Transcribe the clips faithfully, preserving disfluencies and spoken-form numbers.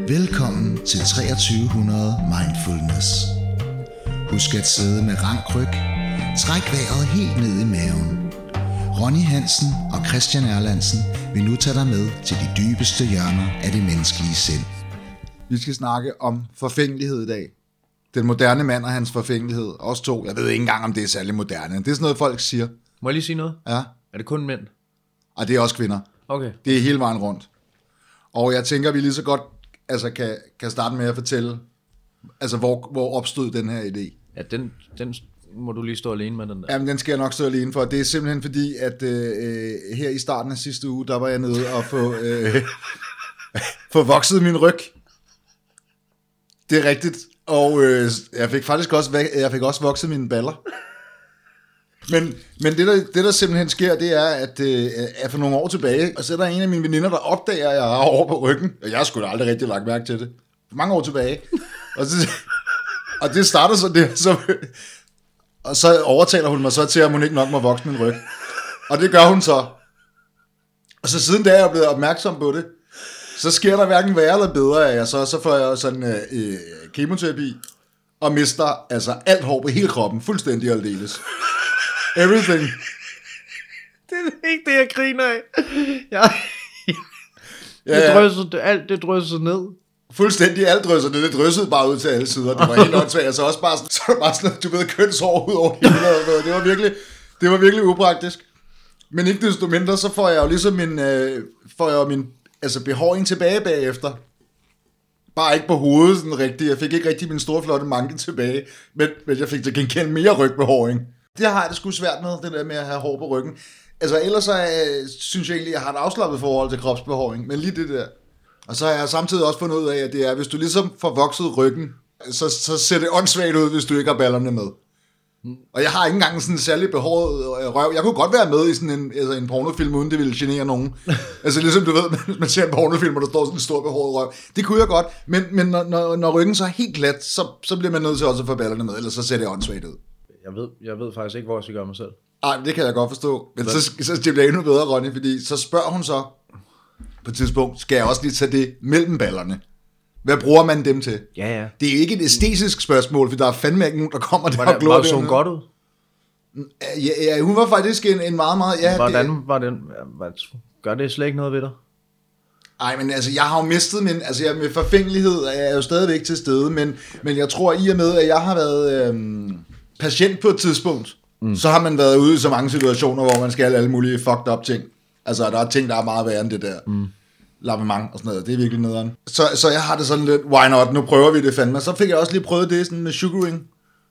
Velkommen til treogtyve hundrede Mindfulness. Husk at sidde med rank ryg. Træk vejret helt ned i maven. Ronny Hansen og Christian Erlandsen vil nu tage dig med til de dybeste hjørner af det menneskelige sind. Vi skal snakke om forfængelighed i dag. Den moderne mand og hans forfængelighed. Os to. Jeg ved ikke engang, om det er særlig moderne. Det er sådan noget, folk siger. Må jeg lige sige noget? Ja. Er det kun mænd? Og det er også kvinder. Okay. Det er hele vejen rundt. Og jeg tænker, vi lige så godt altså, kan, kan starte med at fortælle, altså, hvor, hvor opstod den her idé. Ja, den, den må du lige stå alene med, den der. Jamen, den skal jeg nok stå alene for. Det er simpelthen fordi, at øh, her i starten af sidste uge, der var jeg nede og få, øh, få vokset min ryg. Det er rigtigt. Og øh, jeg fik faktisk også, jeg fik også vokset mine baller. Men, men det, der, det, der simpelthen sker, det er, at, øh, at for nogle år tilbage, og så er der en af mine veninder, der opdager, at jeg har over på ryggen. Og jeg har sgu da aldrig rigtig lagt mærke til det. For mange år tilbage. Og, så, og det starter så det. Så, og så overtaler hun mig så til, at hun ikke nok må vokse min ryg. Og det gør hun så. Og så siden da er jeg blevet opmærksom på det. Så sker der hverken værre eller bedre af jer. Så, så får jeg sådan øh, øh, kemoterapi. Og mister altså alt hår på hele kroppen. Fuldstændig aldeles. Everything. Det er ikke det, jeg griner af. Jeg, jeg, ja, det drøsser, alt det drøsser ned. Fuldstændig alt drøsser ned. Det dryssede bare ud til alle sider. Det var helt åndssvagt. Så også bare, så var bare sådan, du ved, kønshår ud over hele. Det var virkelig, det var virkelig upraktisk. Men ikke desto mindre, så får jeg jo ligesom min, øh, får jeg jo min altså behåring tilbage bagefter. Bare ikke på hovedet sådan rigtigt. Jeg fik ikke rigtig min store flotte manke tilbage. Men, men jeg fik til gengæld mere rygbehåring. Det har jeg det sgu svært med, det der med at have hår på ryggen. Altså ellers så øh, synes jeg egentlig, at jeg har et afslappet forhold til kropsbehåring. Men lige det der. Og så har jeg samtidig også fundet ud af, at det er, hvis du ligesom får vokset ryggen, så, så ser det åndssvagt ud, hvis du ikke har ballerne med. Mm. Og jeg har ikke engang sådan en særlig behåret røv. Jeg kunne godt være med i sådan en, altså en pornofilm, uden det ville genere nogen. Altså ligesom du ved, man ser en pornofilm, og der står sådan en stor behåret røv. Det kunne jeg godt, men, men når, når, når ryggen så er helt glat, så, så bliver man nødt til også at få ballerne med, ellers så ser det åndssvagt ud. Jeg ved, jeg ved faktisk ikke, hvor jeg skal gøre mig selv. Ej, det kan jeg godt forstå. Men så, så det bliver endnu bedre, Ronny, fordi så spørger hun så, på et tidspunkt, skal jeg også lige tage det mellem ballerne? Hvad bruger man dem til? Ja, ja. Det er ikke et æstetisk spørgsmål, for der er fandme ikke nogen, der kommer der og glor. Var det så godt ud? Ja, ja, hun var faktisk en, en meget, meget... Ja, Hvordan det, var den? Gør det slet ikke noget ved dig? Ej, men altså, jeg har jo mistet min... Altså, jeg, med forfængelighed er jeg jo stadigvæk til stede, men, men jeg tror, i og med, at jeg har været øhm, patient på et tidspunkt, mm. så har man været ude i så mange situationer, hvor man skal alle mulige fucked up ting. Altså, der er ting, der er meget værre end det der. Mm. Lavement og sådan noget, det er virkelig nederen. Så, så jeg har det sådan lidt, why not, nu prøver vi det fandme. Så fik jeg også lige prøvet det sådan med sugaring.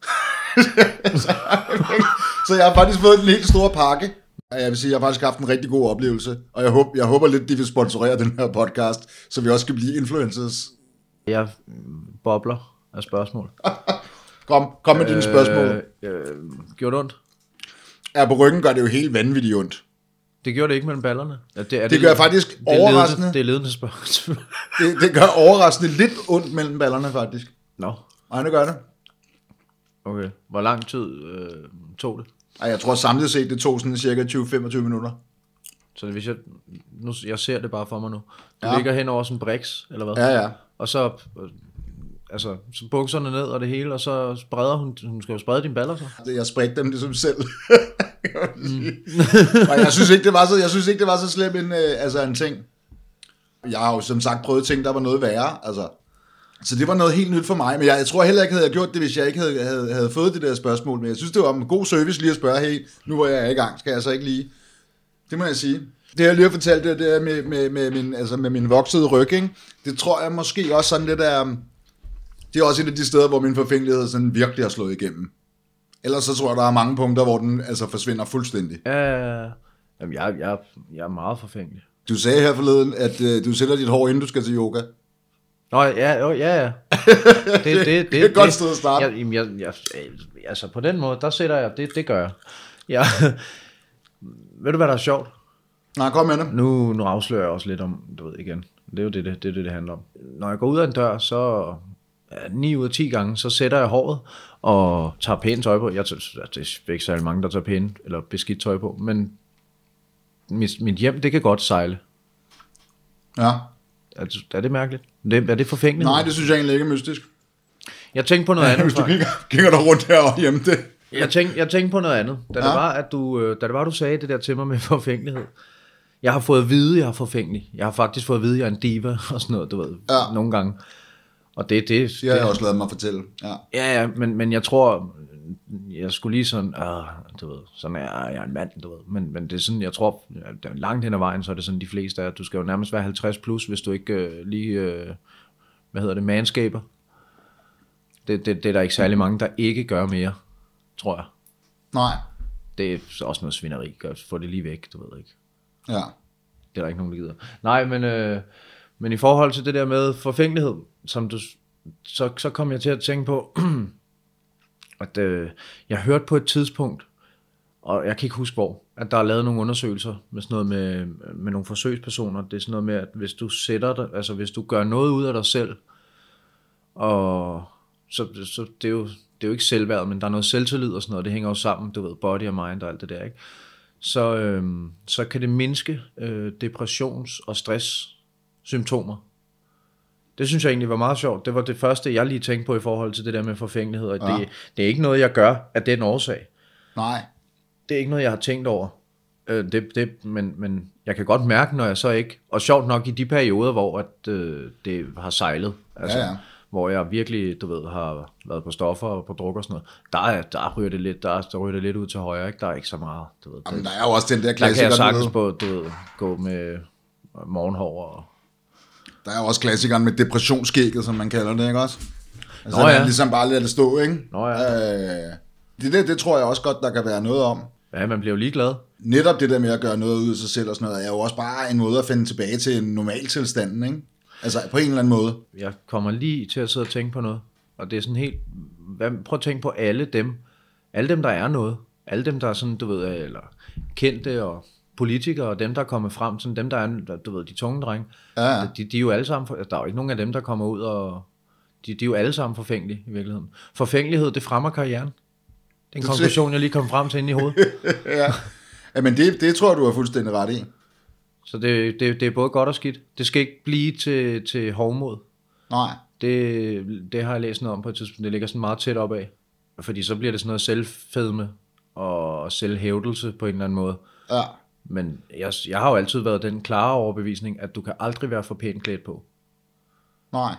så, så jeg har faktisk fået en helt stor pakke. Jeg vil sige, jeg har faktisk haft en rigtig god oplevelse. Og jeg håber, jeg håber lidt, de vil sponsorere den her podcast, så vi også kan blive influencers. Jeg bobler af spørgsmål. kom, kom med øh, dine spørgsmål. Øh, gjorde det ondt? Ja, på ryggen gør det jo helt vanvittigt ondt. Det gjorde det ikke mellem ballerne. Ja, det, er det, det gør lidt, faktisk det overraskende. Ledende, det er ledende spørgsmål. det, det gør overraskende lidt ondt mellem ballerne, faktisk. Nå. No. Nej, det gør det. Okay. Hvor lang tid øh, tog det? Ej, jeg tror samlet set, det tog sådan cirka tyve til femogtyve minutter. Så hvis jeg, nu, jeg ser det bare for mig nu. Du ja. ligger hen over sådan en briks, eller hvad? Ja, ja. Og så, altså, så bukserne ned og det hele, og så spreder hun, hun skal jo sprede dine baller så. Jeg spredte dem ligesom selv. mm. Og jeg synes ikke, det var så, jeg synes ikke, det var så slem en, øh, altså en ting. Jeg har jo som sagt prøvet ting, der var noget værre, altså. Så det var noget helt nyt for mig, men jeg, jeg tror heller ikke, havde jeg gjort det, hvis jeg ikke havde, havde, havde fået det der spørgsmål. Men jeg synes, det var en god service lige at spørge, hey, nu hvor jeg er i gang, skal jeg så ikke lige... Det må jeg sige. Det jeg lige har fortalt, det, det er med, med, med, min, altså med min voksede ryg, ikke? Det tror jeg måske også sådan lidt af... Det er også et af de steder, hvor min forfængelighed sådan virkelig har slået igennem. Ellers så tror jeg, der er mange punkter, hvor den altså forsvinder fuldstændig. Ja, jamen jeg, jeg, jeg er meget forfængelig. Du sagde her forleden, at øh, du sætter dit hår, inden du skal til yoga. Nå, ja, jo, ja, ja. Det, det, det, det er et godt sted at starte. Jeg, jeg, jeg, altså på den måde, der sætter jeg, det, det gør jeg. Ja. Ved du, hvad der er sjovt? Nej, kom med det. Nu, nu afslører jeg også lidt om, du ved igen, det er jo det, det, det, det, det handler om. Når jeg går ud af en dør, så ni ud af ti gange, så sætter jeg håret og tager pænt tøj på. Jeg synes, det er ikke særlig mange, der tager pænt eller beskidt tøj på, men mit, mit hjem, det kan godt sejle. Ja. Er, er det mærkeligt? Det, er det forfængeligt? Nej, det synes jeg egentlig ikke er mystisk. Jeg tænkte på noget andet. Hvis du kigger, kigger der rundt her og hjemme det. Jeg tænkte, jeg tænkte på noget andet. Da, ja. det var, at du, da det var, du sagde det der til mig med forfængelighed. Jeg har fået at vide, jeg er forfængelig. Jeg har faktisk fået at vide, jeg er en diva og sådan noget, du ved, ja. nogle gange. Og det, det, det har jeg også lavet mig fortælle. Ja, ja, ja men, men jeg tror, jeg skulle lige sådan, øh, du ved, sådan er jeg er en mand, du ved. Men, men det er sådan, jeg tror, langt hen ad vejen, så er det sådan, de fleste er, du skal jo nærmest være halvtreds plus, hvis du ikke øh, lige, øh, hvad hedder det, manskaber. Det, det, det er der ikke særlig mange, der ikke gør mere, tror jeg. Nej. Det er også noget svineri, gør, få det lige væk, du ved ikke. Ja. Det er der ikke nogen, der gider. Nej, men, øh, men i forhold til det der med forfængelighed, som du, så, så kom jeg til at tænke på, at øh, jeg hørte på et tidspunkt, og jeg kan ikke huske hvor, at der er lavet nogle undersøgelser med sådan noget med, med nogle forsøgspersoner. Det er sådan noget med, at hvis du sætter dig, altså hvis du gør noget ud af dig selv, og så, så det, er jo, det er jo ikke selvværd, men der er noget selvtillid og sådan noget, det hænger jo sammen, du ved, body og mind og alt det der, ikke? Så, øh, så kan det mindske øh, depressions- og stress-symptomer. Det synes jeg egentlig var meget sjovt. Det var det første, jeg lige tænkte på i forhold til det der med forfængelighed. Og ja. det, det er ikke noget, jeg gør af den årsag. Nej. Det er ikke noget, jeg har tænkt over. Øh, det, det, men, men jeg kan godt mærke, når jeg så ikke... Og sjovt nok i de perioder, hvor at, øh, det har sejlet. Altså, ja, ja. Hvor jeg virkelig, du ved, har været på stoffer og på druk og sådan noget. Der, der ryger det lidt, der, der ryger det lidt ud til højre, ikke? Der er ikke så meget, du ved. Jamen, der er jo også den der klassiker. Der kan jeg sagtens på, du ved, gå med morgenhår og... Der er jo også klassikeren med depressionsskægget, som man kalder det, ikke også? Altså, Nå, ja. man ligesom bare lader det stå, ikke? Nå, ja. øh, det, det, det tror jeg også godt, der kan være noget om. Ja, man bliver jo ligeglad. Netop det der med at gøre noget ud af sig selv og sådan noget, er jo også bare en måde at finde tilbage til en normaltilstanden, ikke? Altså på en eller anden måde. Jeg kommer lige til at sidde og tænke på noget. Og det er sådan helt... Prøv at tænke på alle dem. Alle dem, der er noget. Alle dem, der er sådan, du ved, eller kendte og politikere, og dem, der er kommet frem, sådan dem, der er, du ved, de tunge drenge. Ja. De, de er jo alle sammen... Der er jo ikke nogen af dem, der kommer ud og... De, de er jo alle sammen forfængelige i virkeligheden. Forfængelighed, det fremmer karrieren. Det er en konklusion, jeg lige kom frem til inde i hovedet. Ja. Jamen det, det tror jeg, du er fuldstændig ret i. Så det, det, det er både godt og skidt. Det skal ikke blive til, til hovmod. Nej. Det, det har jeg læst noget om på et tidspunkt. Det ligger sådan meget tæt opad. Fordi så bliver det sådan noget selvfedme og selvhævdelse på en eller anden måde. Ja. Men jeg, jeg har jo altid været den klare overbevisning, at du kan aldrig være for pænt klædt på. Nej.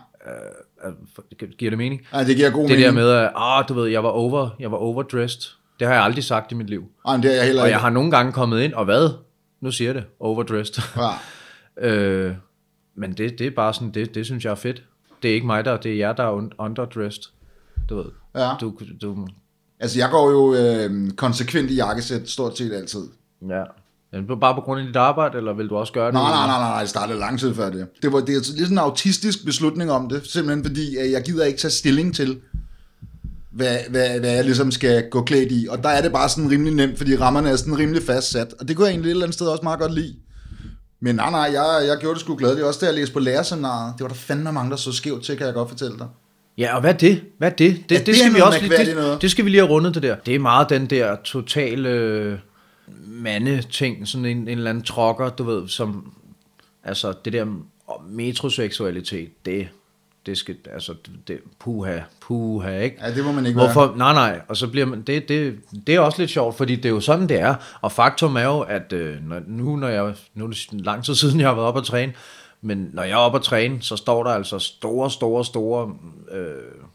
Uh, giver det mening? Ja, det giver god det mening. Det der med, at ah, du ved, jeg var, over, jeg var overdressed. Det har jeg aldrig sagt i mit liv. Ej, det er jeg heller og ikke. jeg har nogle gange kommet ind, og hvad? Nu siger jeg det. Overdressed. Ja. øh, men det, det er bare sådan, det, det synes jeg er fedt. Det er ikke mig der, det er jer, der er underdressed. Du ved. Ja. Du, du... Altså, jeg går jo øh, konsekvent i jakkesæt, stort set altid. Ja. Bare på grund af dit arbejde, eller vil du også gøre det? Nej, nej, nej, nej, det startede lang tid før det. Det var det er lidt sådan en autistisk beslutning om det, simpelthen fordi at jeg gider ikke tage stilling til, hvad, hvad, hvad jeg ligesom skal gå klædt i. Og der er det bare sådan rimelig nemt, fordi rammerne er sådan rimelig fastsat. Og det kunne jeg egentlig et eller andet sted også meget godt lide. Men nej, nej, jeg, jeg gjorde det sgu glad. Det er også det, jeg læste på lærerseminaret. Det var der fandme mange, der så skævt til, kan jeg godt fortælle dig. Ja, og hvad er det? Hvad er det? Det, ja, det, det skal vi også lige, det, det skal vi lige have rundet det der. Det er meget den der totale mandeting, sådan en, en eller anden trokker, du ved, som, altså det der metroseksualitet, det, det skal, altså, det, puha, puha, ikke? Ja, det må man ikke Hvorfor? være. Nej, nej, og så bliver man, det, det, det er også lidt sjovt, fordi det er jo sådan, det er, og faktum er jo, at øh, når, nu, når jeg, nu er det lang tid siden, jeg har været oppe at træne, men når jeg er oppe at træne, så står der altså store, store, store, øh,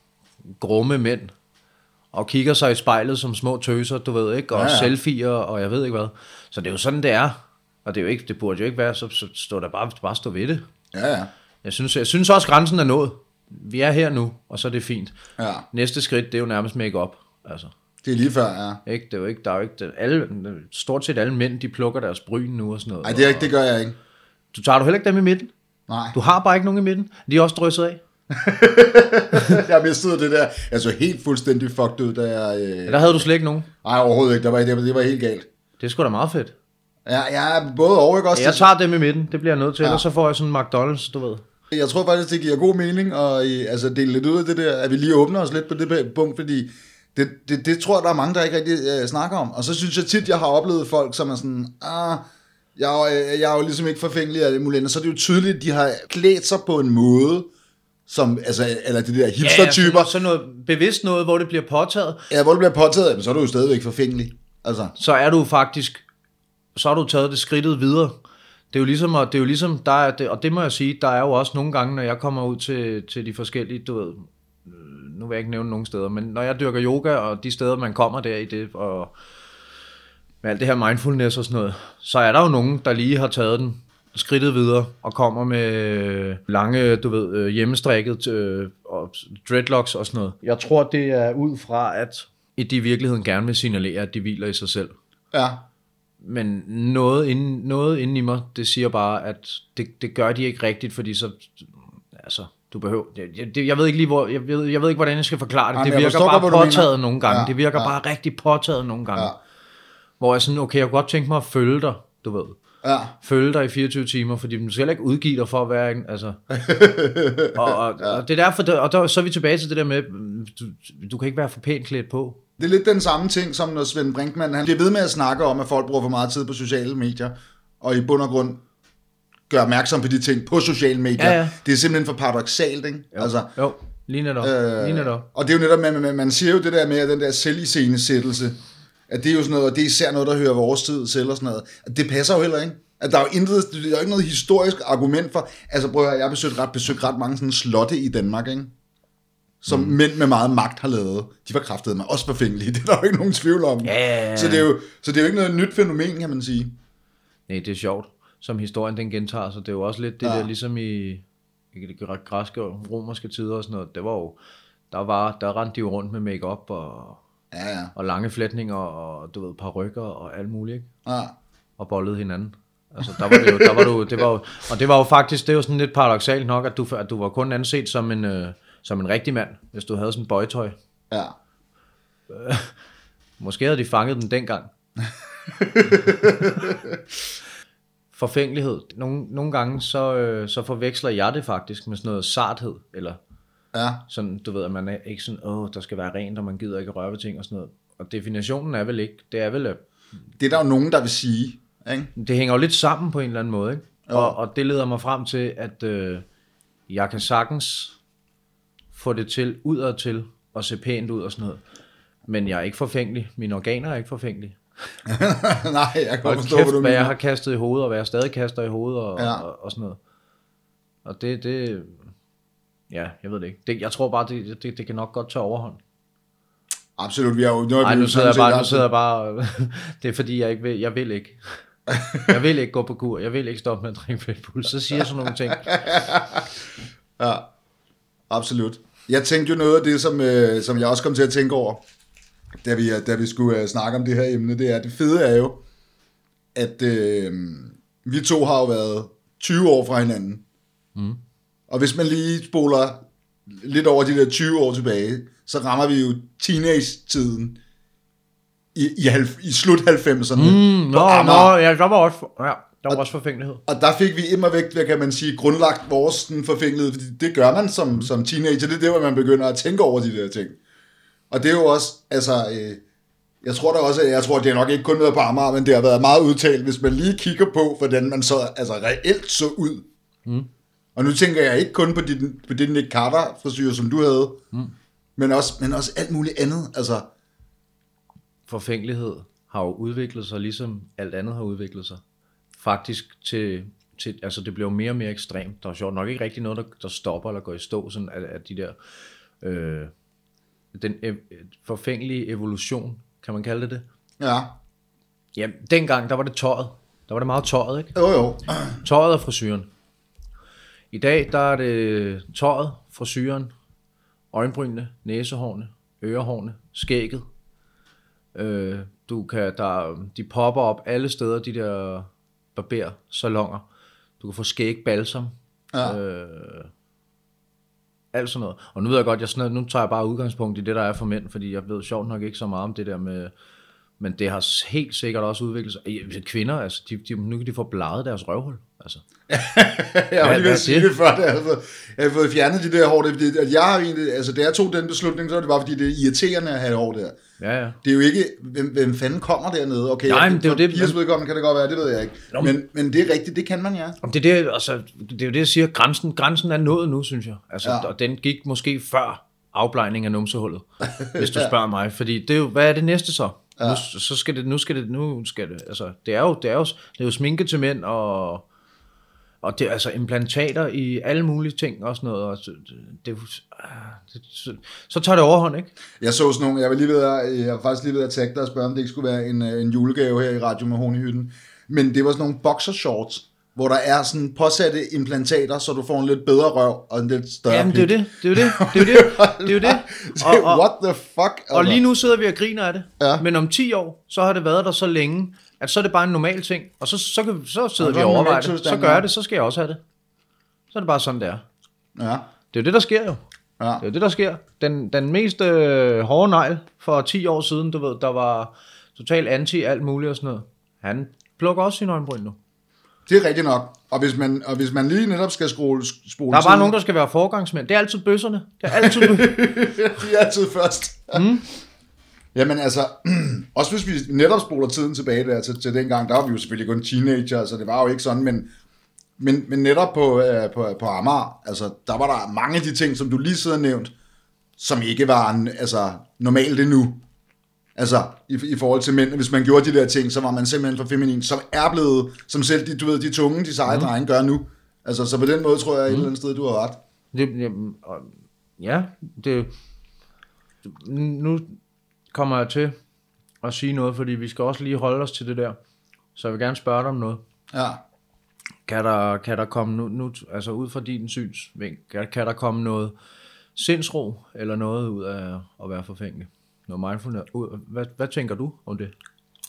grumme mænd, og kigger sig i spejlet som små tøser, du ved ikke, og ja, ja. selfier, og jeg ved ikke hvad. Så det er jo sådan, det er. Og det, er jo ikke, det burde jo ikke være, så, så står der bare, bare stå ved det. Ja, ja. Jeg synes, jeg synes også, grænsen er nået. Vi er her nu, og så er det fint. Ja. Næste skridt, det er jo nærmest make-up. Altså. Det er lige før, ja. Ikke? Det er jo ikke, der er jo ikke, det, alle, stort set alle mænd, de plukker deres bryn nu og sådan noget. Nej, det, er ikke, det gør jeg ikke. Du tager du heller ikke dem i midten? Nej. Du har bare ikke nogen i midten? De er også drysset af? Jeg mistede det der. Jeg så helt fuldstændig fucked ud, da jeg... Øh... Ja, der havde du slet ikke nogen? Nej, overhovedet ikke. Det var, det, var, det var helt galt. Det er sgu da meget fedt. Ja, jeg er både over, ikke også? Jeg tager dem i midten, det bliver jeg nødt til, ja. Ellers så får jeg sådan en McDonald's, du ved. Jeg tror faktisk, det giver god mening at altså, dele lidt ud af det der, at vi lige åbner os lidt på det punkt, fordi det, det, det tror jeg, der er mange, der ikke rigtig uh, snakker om. Og så synes jeg tit, jeg har oplevet folk, som er sådan, ah, Jeg er, jo, jeg er jo ligesom ikke forfængelig af det muligt, så er det jo tydeligt, at de har klædt sig på en måde, som, altså, eller de der hipster-typer. Ja, sådan noget bevidst noget, hvor det bliver påtaget. Ja, hvor det bliver påtaget, men så er du jo stadigvæk forfængelig. Altså. Så er du faktisk, så har du taget det skridtet videre. Det er jo ligesom, og det er jo ligesom, der er det, og det må jeg sige, der er jo også nogle gange, når jeg kommer ud til, til de forskellige, du ved, nu vil jeg ikke nævne nogen steder, men når jeg dyrker yoga, og de steder, man kommer der i det, og med alt det her mindfulness og sådan noget, så er der jo nogen, der lige har taget den skridtet videre, og kommer med lange, du ved, hjemmestrikket øh, og dreadlocks og sådan noget. Jeg tror, det er ud fra, at de i virkeligheden gerne vil signalere, at de hviler i sig selv. Ja. Men noget inden, noget inden i mig, det siger bare, at det, det gør de ikke rigtigt, fordi så, altså, du behøver, jeg, det, jeg ved ikke lige, hvor, jeg ved, jeg ved ikke, hvordan jeg skal forklare det. Jamen, det virker forstår, bare påtaget nogle gange. Ja, det virker ja. bare rigtig påtaget nogle gange. Ja. Hvor jeg sådan, okay, jeg kunne godt tænke mig at følge dig, du ved. Ja. Følge dig i fireogtyve timer, fordi du skal heller ikke udgive dig for at være en, altså. og, og, ja. og det er derfor, og der, så er vi tilbage til det der med, du, du kan ikke være for pænt klædt på. Det er lidt den samme ting, som når Svend Brinkmann, han bliver ved med at snakke om, at folk bruger for meget tid på sociale medier, og i bund og grund gør opmærksom på de ting på sociale medier. Ja, ja. Det er simpelthen for paradoksalt, ikke? Jo, altså, jo. Lige netop. Øh, Lige netop. Og det er jo netop, man, man, man siger jo det der med, at den der selviscenesættelse, at det er jo sådan noget, og det er især noget, der hører vores tid til og sådan noget. At det passer jo heller ikke. At der er jo intet, der er jo ikke noget historisk argument for, altså prøv at høre, jeg har besøgt ret, besøgt ret mange sådan slotte i Danmark, ikke? Som mm. mænd med meget magt har lavet. De var kraftedeme også forfængelige, det er der jo ikke nogen tvivl om. Ja. Så, det er jo, så det er jo ikke noget nyt fænomen, kan man sige. Nej, det er sjovt, som historien den gentager sig. Det er jo også lidt det ja. der, ligesom i, i de græske og romerske tider og sådan noget. Det var jo, der var, der rendte de jo rundt med make-up og, ja, ja. og lange flætninger og, du ved, parykker og alt muligt, ikke? Ja. Og bollede hinanden. Altså, der var det jo, der var du, det var jo, og det var jo faktisk, det er jo sådan lidt paradoksalt nok, at du, at du var kun anset som en, øh, som en rigtig mand, hvis du havde sådan en bøjtøj. Ja. Øh, måske havde de fanget den dengang. Forfængelighed. Nogle, nogle gange, så, øh, så forveksler jeg det faktisk med sådan noget sarthed, eller ja. Sådan, du ved, at man er ikke sådan, åh, der skal være rent, og man gider ikke røre ved ting og sådan noget. Og definitionen er vel ikke, det er vel, at det er der jo nogen, der vil sige, ikke? Det hænger jo lidt sammen på en eller anden måde, ikke? Og, og det leder mig frem til, at øh, jeg kan sagtens få det til, udad til, og se pænt ud og sådan noget. Men jeg er ikke forfængelig. Mine organer er ikke forfængelige. Nej, jeg kan godt forstå, kæft, hvad du hvad mener. jeg har kastet i hovedet, og hvad jeg stadig kaster i hovedet, og, ja. og, og sådan noget. Og det, det, ja, jeg ved det ikke. Det, jeg tror bare, det, det, det kan nok godt tage overhånd. Absolut, vi har jo... Nu, Ej, nu sidder jeg bare, nu sidder jeg bare, det er fordi, jeg ikke vil, jeg vil ikke. Jeg vil ikke gå på kur, jeg vil ikke stoppe med at drikke Red Bull, så siger jeg sådan nogle ting. Ja, absolut. Jeg tænkte jo noget af det, som, øh, som jeg også kom til at tænke over, da vi, da vi skulle øh, snakke om det her emne, det er, det fede er jo, at øh, vi to har jo været tyve år fra hinanden. Mm. Og hvis man lige spoler lidt over de der tyve år tilbage, så rammer vi jo teenage-tiden i, i, i slut halvfemserne. Mm, nå, nå, ja, der var også, ja, der var og, også forfængelighed. Og der fik vi immer væk, hvad kan man sige, grundlagt vores den forfængelighed, fordi det gør man som, mm. som teenager, det er det, hvor man begynder at tænke over de der ting. Og det er jo også, altså, øh, jeg tror da også, jeg tror, det er nok ikke kun været på Amager, men det har været meget udtalt, hvis man lige kigger på, hvordan man så altså reelt så ud. Mm. Og nu tænker jeg ikke kun på din, på din Nick Carter-frisyr, som du havde, mm. men, også, men også alt muligt andet. Altså. Forfængelighed har jo udviklet sig, ligesom alt andet har udviklet sig. Faktisk til, til altså det bliver mere og mere ekstremt. Der er sjovt nok ikke rigtig noget, der, der stopper eller går i stå, sådan af, af de der, øh, den ev- forfængelige evolution, kan man kalde det det? Ja. Ja, dengang, der var det tøjet. Der var det meget tøjet, ikke? Jo, jo. Tøjet og frisyren. I dag, der er det tøjet, frisyren, øjenbrynene, næsehårene, ørehårene, skægget. Øh, du kan, der, de popper op alle steder, de der barbersalonger. Du kan få skægbalsam. Ja. Øh, alt sådan noget. Og nu ved jeg godt, jeg sådan, nu tager jeg bare udgangspunkt i det, der er for mænd, fordi jeg ved sjovt nok ikke så meget om det der med, Men det har helt sikkert også udviklet sig. Kvinder, altså, de, de, nu kan de få bladet deres røvhul. Altså. jeg var lige ved at sige det før, jeg har fået, jeg har fået fjernet de der hår. Det, det, jeg har egentlig, altså, da jeg tog den beslutning, så var det bare fordi, det er irriterende at have hår der. Ja, ja. Det er jo ikke, hvem, hvem fanden kommer dernede? Okay, Nej, men det er jo det. Pigers vedkommende kan det godt være, det ved jeg ikke. Nå, men, men det er rigtigt, det kan man, ja. Det er, det, altså, det er jo det, jeg siger, grænsen, grænsen er nået nu, synes jeg. Altså, ja. Og den gik måske før afblejning af numsehullet, hvis du spørger mig. Fordi det er jo, hvad er det næste så? Ja. Nu, så skal det, nu skal det, nu skal det, altså, det er jo, det er jo, det er jo sminke til mænd, og, og det er altså implantater i alle mulige ting, og sådan noget, og det, det, det, så, så tager det overhånd, ikke? Jeg så sådan nogle, jeg var lige ved at, jeg var faktisk lige ved at tagge dig og spørge, om det ikke skulle være en, en julegave her i Radio Mahon i hytten, men det var sådan nogle boxershorts, hvor der er sådan påsatte implantater, så du får en lidt bedre røv og en lidt større Jamen, det er pik. det, det er jo det, det er jo det, det er jo det. Og, og, What the fuck? Og lige nu sidder vi og griner af det, ja. Men om ti år, så har det været der så længe, at så er det bare en normal ting, og så, så, kan, så sidder og vi og overvejer det, så gør jeg det, så skal jeg også have det. Så er det bare sådan, det er. Ja. Det er jo det, der sker jo. Ja. Det er jo det, der sker. Den, den mest øh, hårde negl for ti år siden, du ved, der var totalt anti alt muligt og sådan noget. Han plukker også sin øjenbryn nu. Det er rigtigt nok. Og hvis man, og hvis man lige netop skal spole, spole der er bare tiden, nogen, der skal være forgangsmænd. Det er altid bøsserne. Det er altid de er altid først. Mm. Jamen altså, også hvis vi netop spoler tiden tilbage der til, til dengang, der var vi jo selvfølgelig kun teenager, så det var jo ikke sådan, men, men, men netop på, øh, på, på Amager, altså, der var der mange af de ting, som du lige sidder nævnt, som ikke var altså, normalt endnu. Altså, i, i forhold til mænd, hvis man gjorde de der ting, så var man simpelthen for feminin, som er blevet, som selv de, du ved, de tunge, de seje mm. drenge gør nu. Altså, så på den måde tror jeg, mm. et eller andet sted, du har ret. Det, ja, det, nu kommer jeg til at sige noget, fordi vi skal også lige holde os til det der. Så jeg vil gerne spørge dig om noget. Ja. Kan der, kan der komme nu, nu, altså ud fra din synsvinkel, kan, kan der komme noget sindsro, eller noget ud af at være forfængelig? Noget mindfulness. Hvad, hvad tænker du om det?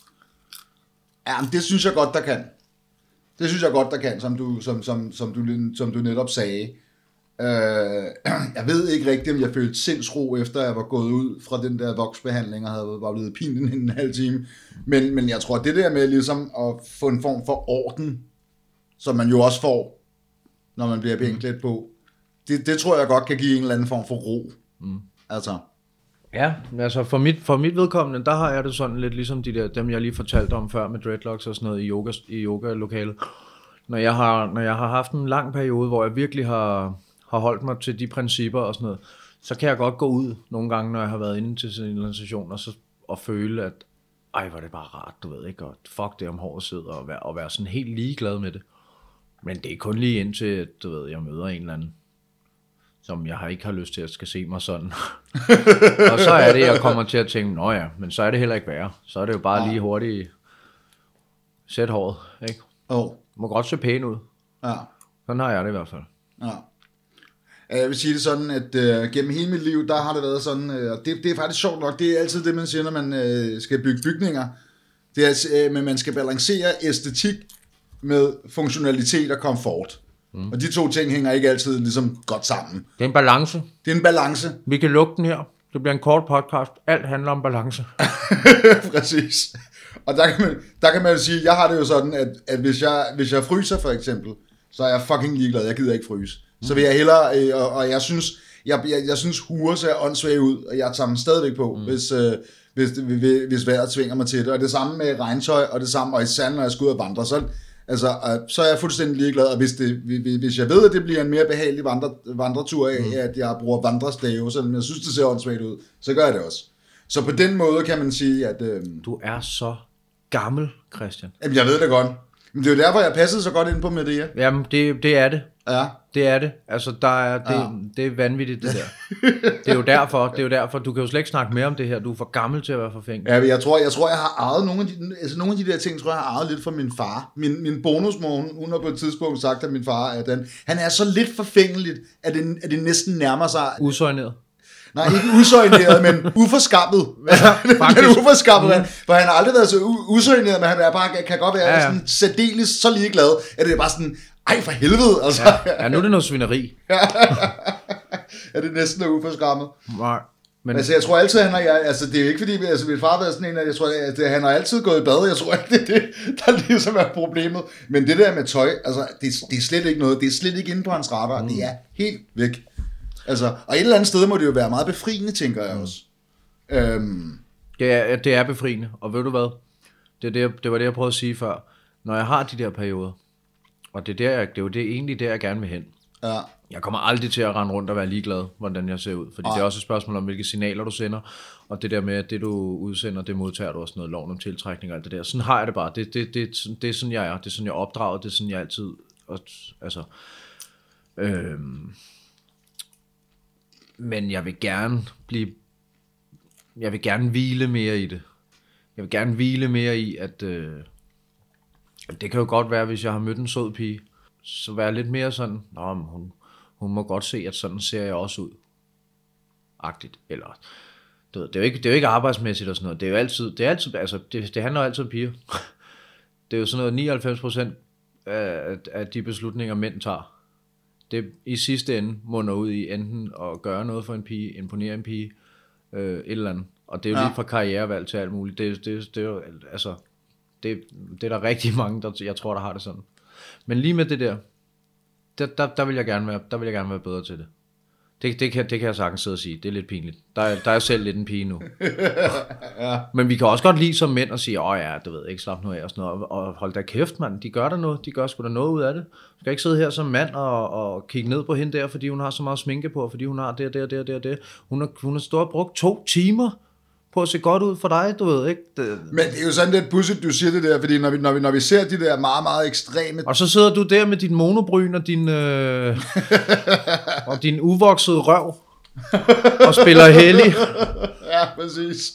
Ja, men det synes jeg godt, der kan. Det synes jeg godt, der kan, som du, som, som, som du, som du netop sagde. Uh, jeg ved ikke rigtigt, om jeg følte sindsro, efter jeg var gået ud fra den der voksbehandling, og havde var blevet pint en halv time. Men, men jeg tror, det der med ligesom at få en form for orden, som man jo også får, når man bliver pænt klædt på, det, det tror jeg godt kan give en eller anden form for ro. Mm. Altså... Ja, altså for mit, for mit vedkommende, der har jeg det sådan lidt ligesom de der, dem jeg lige fortalte om før med dreadlocks og sådan noget i yoga, i yoga-lokalet. Når jeg har, når jeg har haft en lang periode, hvor jeg virkelig har, har holdt mig til de principper og sådan noget, så kan jeg godt gå ud nogle gange, når jeg har været inde til sådan en organisation, og, så, og føle, at ej, hvor er det bare rart, du ved ikke, og fuck det om håret sidder, og være, og være sådan helt ligeglad med det. Men det er kun lige indtil, du ved, jeg møder en eller anden, som jeg har ikke har lyst til at skal se mig sådan. Og så er det, jeg kommer til at tænke, nå ja, men så er det heller ikke værre. Så er det jo bare lige hurtigt sæt håret, ikke? Oh. Må godt se pæn ud. Ja. Sådan har jeg det i hvert fald. Ja. Jeg vil sige det sådan, at øh, gennem hele mit liv, der har det været sådan, øh, og det, det er faktisk sjovt nok, det er altid det, man siger, når man øh, skal bygge bygninger. Det er, øh, men man skal balancere æstetik med funktionalitet og komfort. Mm. Og de to ting hænger ikke altid ligesom godt sammen. Det er en balance. Det er en balance. Vi kan lukke den her. Det bliver en kort podcast. Alt handler om balance. Præcis. Og der kan man, der kan man jo sige, jeg har det jo sådan, at, at hvis, jeg, hvis jeg fryser for eksempel, så er jeg fucking ligeglad. Jeg gider ikke fryse. Mm. Så vil jeg hellere, øh, og, og jeg synes, jeg, jeg, jeg synes huer ser åndssvage ud, og jeg tager dem stadigvæk på, mm. hvis, øh, hvis, hvis, hvis vejret tvinger mig til det. Og det samme med regntøj, og det samme, og især når jeg skal ud og vandre, så altså, øh, så er jeg fuldstændig ligeglad, og hvis, det, hvis jeg ved, at det bliver en mere behagelig vandre, vandretur af, mm. at jeg bruger vandrestave, selvom jeg synes, det ser åndssvagt ud, så gør jeg det også. Så på den måde kan man sige, at... Øh, du er så gammel, Christian. Jamen, jeg ved det godt. Men det er jo derfor, jeg passede så godt ind på med det, ja. Jamen, det, det er det. Ja. Det er det. Altså, der er, det, ja. det er vanvittigt, det der. Det er jo derfor, det er jo derfor, du kan jo slet ikke snakke mere om det her. Du er for gammel til at være forfængelig. Ja, jeg tror, jeg tror, jeg har ejet nogle af de, altså nogle af de der ting, tror jeg, har ejet lidt fra min far. Min, min bonusmor, hun, hun har på et tidspunkt sagt af min far, at han, han er så lidt forfængeligt, at det, at det næsten nærmer sig... Usøjneret. Nej, ikke usøjneret, men uforskabbet. Ja, den uforskabbet, mm. for han har aldrig været så usøjneret, men han er bare, kan godt være ja, ja. sådan særdeles så ligeglad, at det er bare sådan, ej for helvede, altså. Ja, ja nu er det noget svineri. Ja, det er næsten uforskammet. Nej. Men, altså, jeg tror altid, han har, jeg, altså, det er jo ikke fordi, altså, min far har været sådan en, at jeg tror, at det, han har altid gået i bad. Jeg tror ikke, det er det, der ligesom er problemet. Men det der med tøj, altså, det, det er slet ikke noget. Det er slet ikke inde på hans radar. Mm. Det er helt væk. Altså, og et eller andet sted må det jo være meget befriende, tænker jeg også. Mm. Øhm. Det, er, det er befriende, og ved du hvad? Det, er det, det var det, jeg prøvede at sige før. Når jeg har de der perioder, og det er, der, det er jo det, egentlig der, jeg gerne vil hen. Ja. Jeg kommer aldrig til at rende rundt og være ligeglad, hvordan jeg ser ud. Fordi Ej. det er også et spørgsmål om, hvilke signaler du sender. Og det der med, at det du udsender, det modtager du også noget loven om tiltrækning og alt det der. Sådan har jeg det bare. Det, det, det, det er sådan, jeg er. Det er sådan, jeg er opdraget. Det er sådan, jeg altid... Og, altså, øhm, men jeg vil gerne blive... Jeg vil gerne hvile mere i det. Jeg vil gerne hvile mere i, at... Øh, det kan jo godt være, hvis jeg har mødt en sød pige, så være lidt mere sådan, nå, men hun, hun må godt se, at sådan ser jeg også ud. Agtigt. Eller, det, det, er jo ikke, det er jo ikke arbejdsmæssigt og sådan noget. Det er jo altid, det er altid, altså, det, det handler jo altid om piger. Det er jo sådan noget, nioghalvfems procent af, af de beslutninger, mænd tager, det i sidste ende munder ud i enten at gøre noget for en pige, imponere en pige, øh, et eller andet. Og det er jo ja. lige fra karrierevalg til alt muligt. Det, det, det er jo, altså, det, det er der rigtig mange, der, jeg tror, der har det sådan. Men lige med det der, der, der, der, vil jeg gerne være, der vil jeg gerne være bedre til det. Det, det, kan, det kan jeg sagtens sidde og sige. Det er lidt pinligt. Der er, der er selv lidt en pige nu. Ja. Men vi kan også godt lide som mænd og sige, åh ja, du ved ikke, slap nu af og sådan noget. Og hold da kæft, mand. De gør der noget. De gør sgu da noget ud af det. Du skal ikke sidde her som mand og, og kigge ned på hende der, fordi hun har så meget sminke på, fordi hun har det og det og det og det og det. Hun har, hun har stået og brugt to timer på at se godt ud for dig, du ved ikke. Det... Men det er jo sådan lidt pudsigt, du siger det der, fordi når vi, når vi, når vi ser de der meget, meget ekstreme... Og så sidder du der med dit monobryn og din, øh... og din uvoksede røv og spiller hellig. Ja, præcis.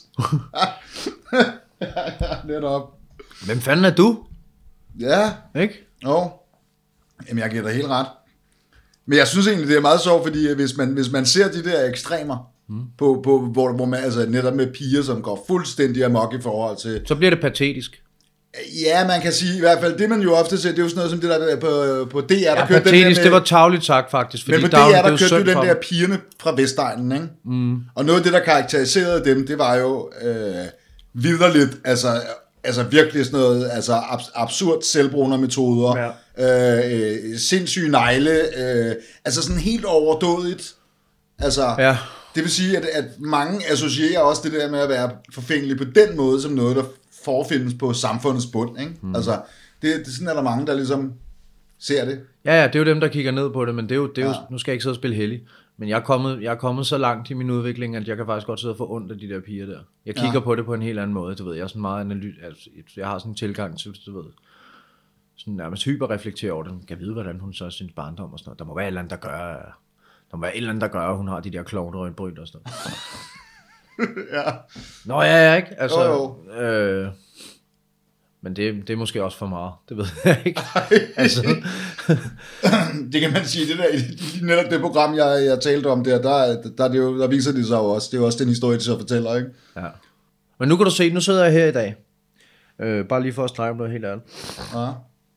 Netop. Hvem fanden er du? Ja. Ikke? Jo. Jamen, jeg giver dig helt ret. Men jeg synes egentlig, det er meget sjovt, fordi hvis man, hvis man ser de der ekstremer, Hmm. På, på, hvor, hvor man altså netop med piger, som går fuldstændig amok i forhold til... Så bliver det patetisk. Ja, man kan sige, i hvert fald, det man jo ofte ser, det er jo sådan noget som det der på, på D R, der ja, kørte patetisk, den der med, det var tarveligt sagt faktisk. Fordi men på D R, der, der kørte jo den der pigerne fra Vestegnen, ikke? Mm. Og noget af det, der karakteriserede dem, det var jo øh, vidderligt, altså, altså virkelig sådan noget, altså abs- absurd selvbrunermetoder, ja. øh, sindssyge negle, øh, altså sådan helt overdådigt, altså... Ja. Det vil sige, at, at mange associerer også det der med at være forfængelig på den måde, som noget, der forfindes på samfundets bund. Ikke? Mm. Altså, det, det, sådan er der mange, der ligesom ser det. Ja, ja, det er jo dem, der kigger ned på det, men det er jo, det er ja. jo nu skal jeg ikke sidde og spille hellig, men jeg er, kommet, jeg er kommet så langt i min udvikling, at jeg kan faktisk godt sidde og få ondt af de der piger der. Jeg kigger ja. på det på en helt anden måde, du ved. Jeg er sådan meget analyt, altså, jeg har sådan en tilgang til, du ved, sådan nærmest hyperreflektere over det. Jeg kan vide, hvordan hun så synes barndom og sådan noget. Der må være et eller andet, der gør... Der må være et eller andet, der gør, at hun har de der klovnerøgnbryn og sådan noget. Ja. Nå ja, ja, ikke? Altså, jo, jo. Øh, men det, det er måske også for meget. Det ved jeg ikke. Altså. Det kan man sige. Det der, netop det program, jeg, jeg talte om der, der, der, det jo, der viser det sig jo også. Det er jo også den historie, de så fortæller, ikke? Ja. Men nu kan du se, nu sidder jeg her i dag. Øh, bare lige for at strege om noget helt ærligt. Ja.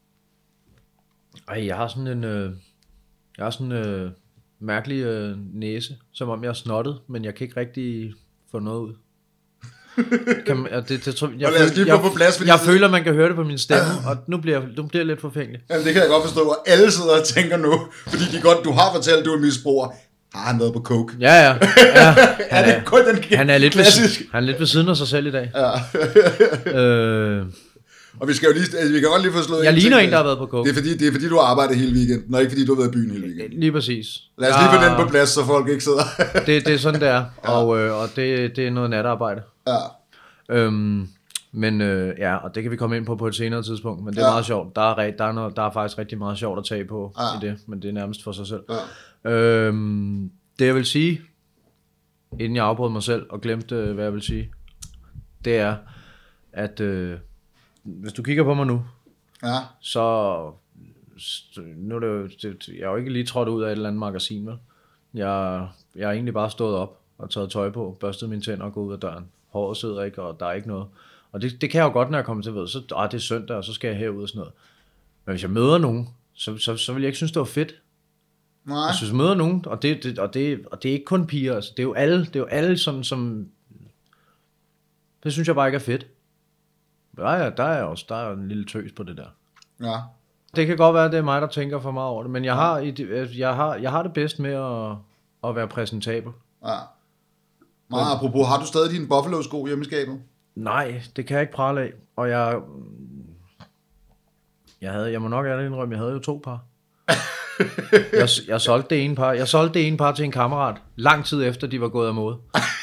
Ej, jeg har sådan en... Øh, jeg har sådan en... Øh, mærkelig øh, næse, som om jeg er snottet, men jeg kan ikke rigtig få noget ud. Kan, ja, det, det, tror, jeg, føl, jeg, på plads, jeg føler, man kan høre det på min stemme, og nu bliver, nu bliver jeg lidt forfængelig. Jamen, det kan jeg godt forstå, og alle sidder og tænker nu, fordi de godt, du har fortalt, at du er misbruger. Har han været på coke? Ja, ja. ja. Han, er, er, den han, er lidt ved, han er lidt ved siden af sig selv i dag. Ja. øh, Og vi skal jo lige, altså, vi kan godt lige få slået... Jeg ligner en, der har været på coke. Det er fordi, det er fordi du har arbejdet hele weekenden, og ikke fordi du har været i byen hele weekenden. Lige præcis. Lad os ja, lige få den på plads, så folk ikke sidder... det, det er sådan, det er. Ja. Og, øh, og det, det er noget natarbejde. Ja. Øhm, men øh, ja, og det kan vi komme ind på på et senere tidspunkt, men det er ja. meget sjovt. Der er, der, er noget, der er faktisk rigtig meget sjovt at tage på ja. i det, men det er nærmest for sig selv. Ja. Øhm, det jeg vil sige, inden jeg afbrød mig selv og glemte, hvad jeg vil sige, det er, at... Øh, hvis du kigger på mig nu, ja. så nu er det jo, det, jeg er jo ikke lige trådt ud af et eller andet magasin, vel? Jeg, jeg har egentlig bare stået op og taget tøj på, børstet mine tænder og gået ud af døren. Håret sidder ikke, og der er ikke noget. Og det, det kan jeg jo godt, når jeg kommer til, ved, så ah, det er søndag, og så skal jeg herud og sådan noget. Men hvis jeg møder nogen, så, så, så vil jeg ikke synes, det var fedt. Nej. Altså, hvis du møder nogen, og det, det, og, det, og det er ikke kun piger, altså, det er jo alle, det er jo alle sådan, som... Det synes jeg bare ikke er fedt. Der er, der er også der er en lille tøs på det der. Ja. Det kan godt være, at det er mig, der tænker for meget over det, men jeg har, jeg har, jeg har det bedst med at, at være præsentabel. Ja. Meget apropos, har du stadig dine Buffalo-sko hjemme i skabet? Nej, det kan jeg ikke prale af. Og jeg... Jeg havde, jeg må nok ærligt indrømme, jeg havde jo to par. jeg, jeg solgte det ene par. Jeg solgte det ene par til en kammerat, lang tid efter de var gået af mode.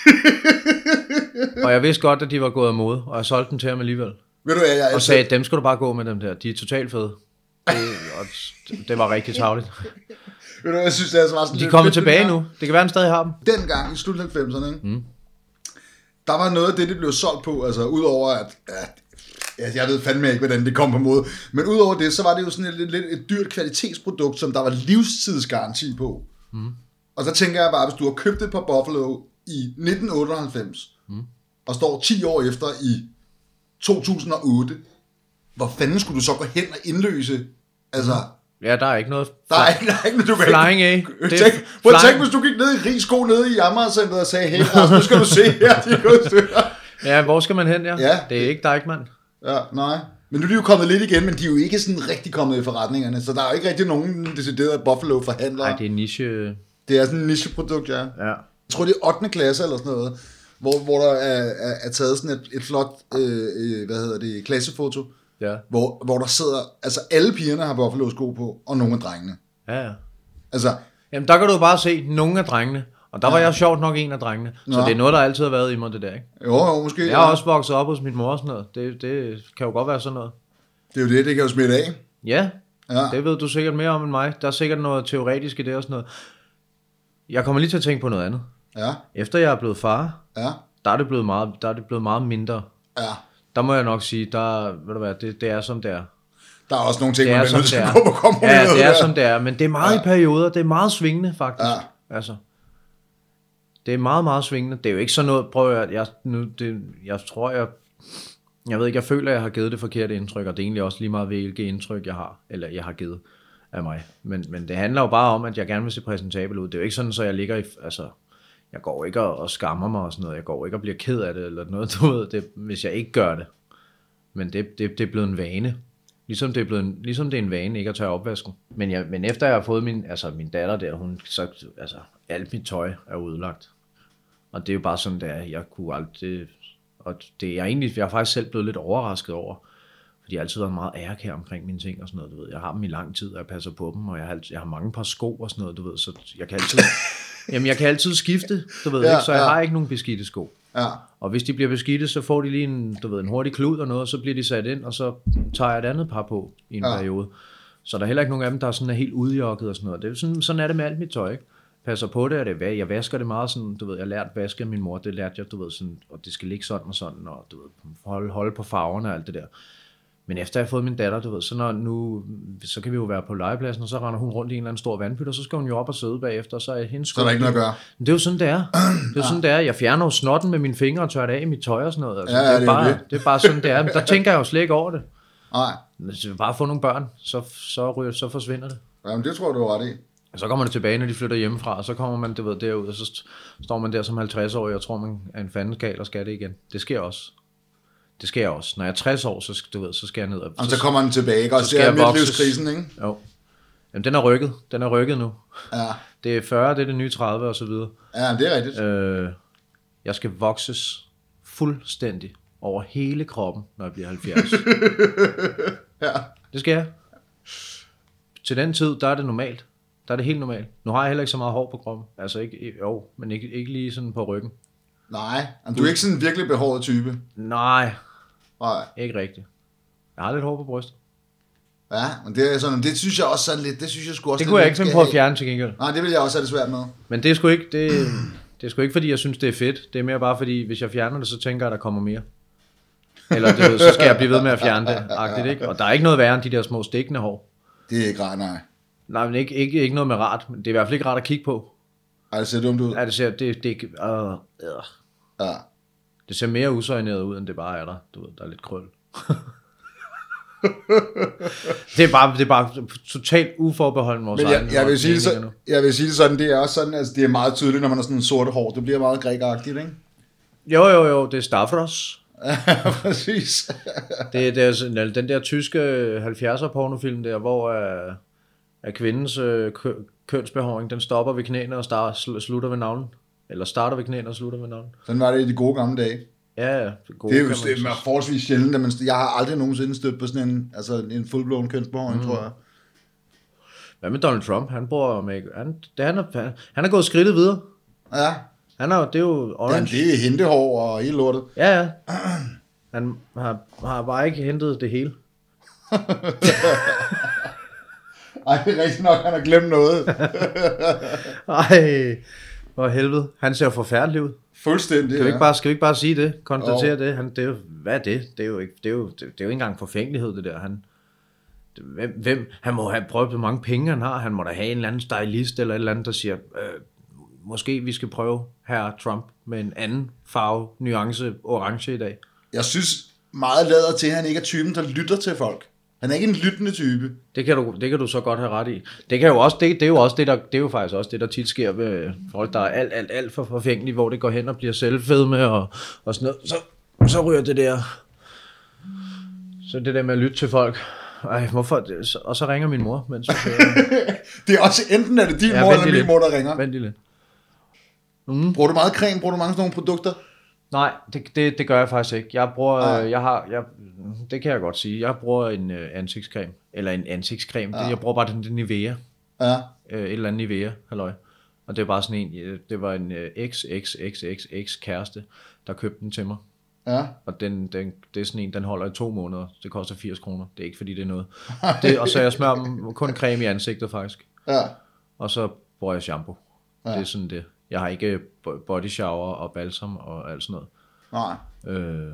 Og jeg vidste godt, at de var gået af mode, og jeg solgte dem til ham alligevel. Ved du, jeg, jeg, og sagde, dem skal du bare gå med dem der. De er totalt fede. Det, og det var rigtig tarveligt. Ved du, jeg synes, det altså var sådan... De er kommet tilbage nu. Det kan være, at han stadig har dem. Dengang i slut halvfemserne, ikke? Mm. Der var noget af det, det blev solgt på, altså udover at... at ja, jeg ved fandme ikke, hvordan det kom på måde. Men udover det, så var det jo sådan et, et, et, et dyrt kvalitetsprodukt, som der var livstidsgaranti på. Mm. Og så tænker jeg bare, hvis du har købt et par Buffalo i nitten otteoghalvfems, mm. og står ti år efter i to tusind og otte, hvor fanden skulle du så gå hen og indløse? Altså... Ja, der er ikke noget... Der er ikke, der er ikke noget, du kan... Flying A. Tænk, prøv at tænke, hvis du gik ned i Rigsko nede i Amagercenteret og sagde, hey, Rasmus, nu skal du se her, de er gået stykker. Ja, hvor skal man hen, ja? Ja. Det er ikke Deichmann. Ja, nej. Men nu er de jo kommet lidt igen, men de er jo ikke sådan rigtig kommet i forretningerne, så der er jo ikke rigtig nogen deciderede Buffalo-forhandlere. Nej, det er niche... Det er sådan en nicheprodukt, ja. Ja. Jeg tror, det er ottende klasse eller sådan noget, hvor, hvor der er, er, er taget sådan et, et flot, øh, hvad hedder det, klassefoto, Ja. hvor, hvor der sidder, altså alle pigerne har Buffalo-sko på, og nogle af drengene. Ja, ja. Altså, Jamen, der kan du bare se nogle af drengene, og der var jeg sjovt nok en af drengene, så Nå. det er noget, der altid har været i mig, det der, ikke? jo, jo, måske. Jeg har også vokset op hos min mor og sådan noget, det, det kan jo godt være sådan noget. Det er jo det, det kan jo smitte af. Ja, Ja. det ved du sikkert mere om end mig, der er sikkert noget teoretisk i det og sådan noget. Jeg kommer lige til at tænke på noget andet. Ja, Efter jeg er blevet far, ja, der er det blevet meget, der er det blevet meget mindre. ja. Der må jeg nok sige, der, ved du hvad, det, det er som det er. Der er også nogle ting, Det man er er som nødt det til at er. gå på kompromis. Ja, det er der. som det er, men det er meget Ja. i perioder, det er meget svingende faktisk. Ja. Altså, det er meget, meget svingende. Det er jo ikke sådan noget, prøv at, jeg, nu, det, jeg tror, jeg, jeg ved ikke, jeg føler, at jeg har givet det forkerte indtryk, og det er egentlig også lige meget, hvilket indtryk jeg har, eller jeg har givet af mig. Men, men det handler jo bare om, at jeg gerne vil se præsentabel ud. Det er jo ikke sådan, så jeg ligger i, altså, jeg går ikke og, og skammer mig og sådan noget. Jeg går ikke og bliver ked af det, eller noget, du ved, det, hvis jeg ikke gør det. Men det, det, det er blevet en vane. Ligesom det er blevet en, ligesom det er en vane ikke at tørre opvasken. Men, jeg, men efter jeg har fået min, altså min datter der, hun så, altså alt mit tøj er udlagt. Og det er jo bare sådan, det er. Jeg kunne aldrig, og det er egentlig, jeg er faktisk selv blevet lidt overrasket over, fordi jeg har altid været meget ærkær omkring mine ting og sådan noget, du ved. Jeg har dem i lang tid, og jeg passer på dem, og jeg har, jeg har mange par sko og sådan noget, du ved, så jeg kan altid, jamen jeg kan altid skifte, du ved, Ja, ikke? Så jeg ja. har ikke nogen beskidte sko. Ja, Og hvis de bliver beskidte, så får de lige en, du ved, en hurtig klud og noget, og så bliver de sat ind, og så tager jeg et andet par på i en Ja. ja. periode. Så der er heller ikke nogen af dem, der er sådan er helt udjokket og sådan noget. Det er sådan, sådan er det med alt mit tøj, ikke? Passer på det, og det, jeg vasker det meget sådan, du ved, jeg lærte vaske af min mor, det lærte jeg, du ved, sådan, og det skal ligge sådan og sådan, og du ved, holde, holde på farverne og alt det der. Men efter jeg har fået min datter, du ved, så når nu, så kan vi jo være på legepladsen, og så render hun rundt i en eller anden stor vandpyt, og så skal hun jo op og sidde bagefter, og så er hendes så er der ikke noget at gøre. Men det er jo sådan, det er. Det er jo sådan, det er. Jeg fjerner jo snotten med mine fingre og tørrer det af i mit tøj og sådan noget. Altså, Ja, det, er det er bare, det. det er bare sådan, det er. Men der tænker jeg jo slet ikke over det. Nej, Hvis vi bare får nogle børn, så, så, ryger, så forsvinder det. jamen det tror jeg, du er ret i. Og så kommer det tilbage, når de flytter hjemmefra, og så kommer man, du ved, derud, og så står man der som halvtreds-årig, og tror, man er en fandeskal og skal det igen. Det sker også. Det sker også. Når jeg er tres år, så, skal, du ved, så skal jeg ned. Og, Og så kommer den tilbage, ikke? Og så så skal er jeg vokses. midtlivskrisen, ikke? Jo. Jamen, den er rykket. Den er rykket nu. Ja, Det er fyrre, det er det nye tredive og så videre. ja, det er rigtigt. Øh, jeg skal vokses fuldstændig over hele kroppen, når jeg bliver halvfjerds. Ja. Det skal jeg. Til den tid, der er det normalt. Der er det helt normalt. Nu har jeg heller ikke så meget hår på kroppen. Altså ikke, jo, men ikke, ikke lige sådan på ryggen. Nej, men du er ikke sådan en virkelig behåret type. Nej, Nej. ikke rigtigt. Jeg har lidt hår på brystet. Ja, men det er sådan, det synes jeg også er lidt, det synes jeg sgu også Det lidt, kunne jeg man ikke finde skal på at have. fjerne til gengæld. Nej, det vil jeg også have det svært med. Men det er sgu ikke, det, det er sgu ikke fordi, jeg synes, det er fedt. Det er mere bare fordi, hvis jeg fjerner det, så tænker jeg, at der kommer mere. Eller det, så skal jeg blive ved med at fjerne det. Agtigt, ikke? Og der er ikke noget værre end de der små stikkende hår. Det er ikke rart, nej. Nej, men ikke, ikke, ikke noget med rart. Men det er i hvert fald ikke rart at kigge på. Ej, det ser dumt ud. Ja, det ser, det, det, øh, øh. Ja. Det ser mere usøjneret ud, end det bare er der. Du ved, der er lidt krøl. det, er bare, det er bare totalt uforbeholden vores Men jeg, egen jeg, vil sige det meninger så, nu. jeg vil sige det sådan, det er også sådan, altså det er meget tydeligt, når man har sådan en sorte hår. Det bliver meget grækagtigt, ikke? Jo, jo, jo, det er Stavros. Ja, præcis. Det, det er sådan, den der tyske halvfjerdser pornofilm der, hvor uh, er kvindens uh, kø, kønsbehåring, den stopper ved knæene og start, sl, slutter ved navlen. Eller starter ved knæene og slutter ved navlen. Sådan var det i de gode gamle dage. Ja, ja. Det, gode, Det er jo kan man det er forholdsvis sjældent, at man, jeg har aldrig nogensinde stødt på sådan en, altså en fuldblåen kønsbehåring, mm. tror jeg. Hvad med Donald Trump? Han bruger make, han, det, han, er, han er gået skridtet videre. Ja. Han er, det er jo orange. Ja, det er hentehår og hele lortet. Ja, ja. Han har, har bare ikke hentet det hele. Ej, det er rigtigt nok, han har glemt noget. Ej, hvor helvede. Han ser forfærdelig ud. Fuldstændig, Skal vi ikke ja. bare, skal vi ikke bare sige det? Konstatere Jo. det? Han, det er jo, hvad er det? Det er jo ikke, det er jo, det, det er jo ikke engang forfængelighed, det der. Han, det, hvem, hvem, han må have prøvet, hvor mange penge han har. Han må da have en eller anden stylist eller et eller andet, der siger, øh, måske vi skal prøve herre Trump med en anden farve, nuance, orange i dag. Jeg synes meget lader til, at han ikke er typen, der lytter til folk. Han er ikke en lyttende type. Det kan, du, det kan du så godt have ret i. Det kan jo også, det, det er jo også det der, det er jo faktisk også det der tit sker ved folk, der er alt, alt, alt for forfængelige, hvor det går hen og bliver selvfedme og, og sådan noget. Så, så ryger det der, så det der med at lytte til folk. Ej, hvorfor? Og så ringer min mor, mens jeg Det er også enten er det din Ja, mor vent eller lige min lidt. mor, der ringer. Vent lige lidt. Mm. Bruger du meget creme? Bruger du mange sådan nogle produkter? Nej, det, det, det gør jeg faktisk ikke. Jeg bruger, Ah. jeg har, jeg, det kan jeg godt sige. Jeg bruger en uh, ansigtscreme, eller en ansigtscreme. Ah. Jeg bruger bare den, den Nivea. Ja. Uh, et eller andet Nivea, halløj. Og det er bare sådan en, uh, det var en uh, X X X X X kæreste, der købte den til mig. Ja. Og den, den, det er sådan en, den holder i to måneder. Det koster firs kroner. Det er ikke fordi, det er noget. Det, og så jeg smører kun creme i ansigtet faktisk. Ja. Og så bruger jeg shampoo. Ja. Det er sådan det. Jeg har ikke body shower og balsam og alt sådan noget. Nej. Øh,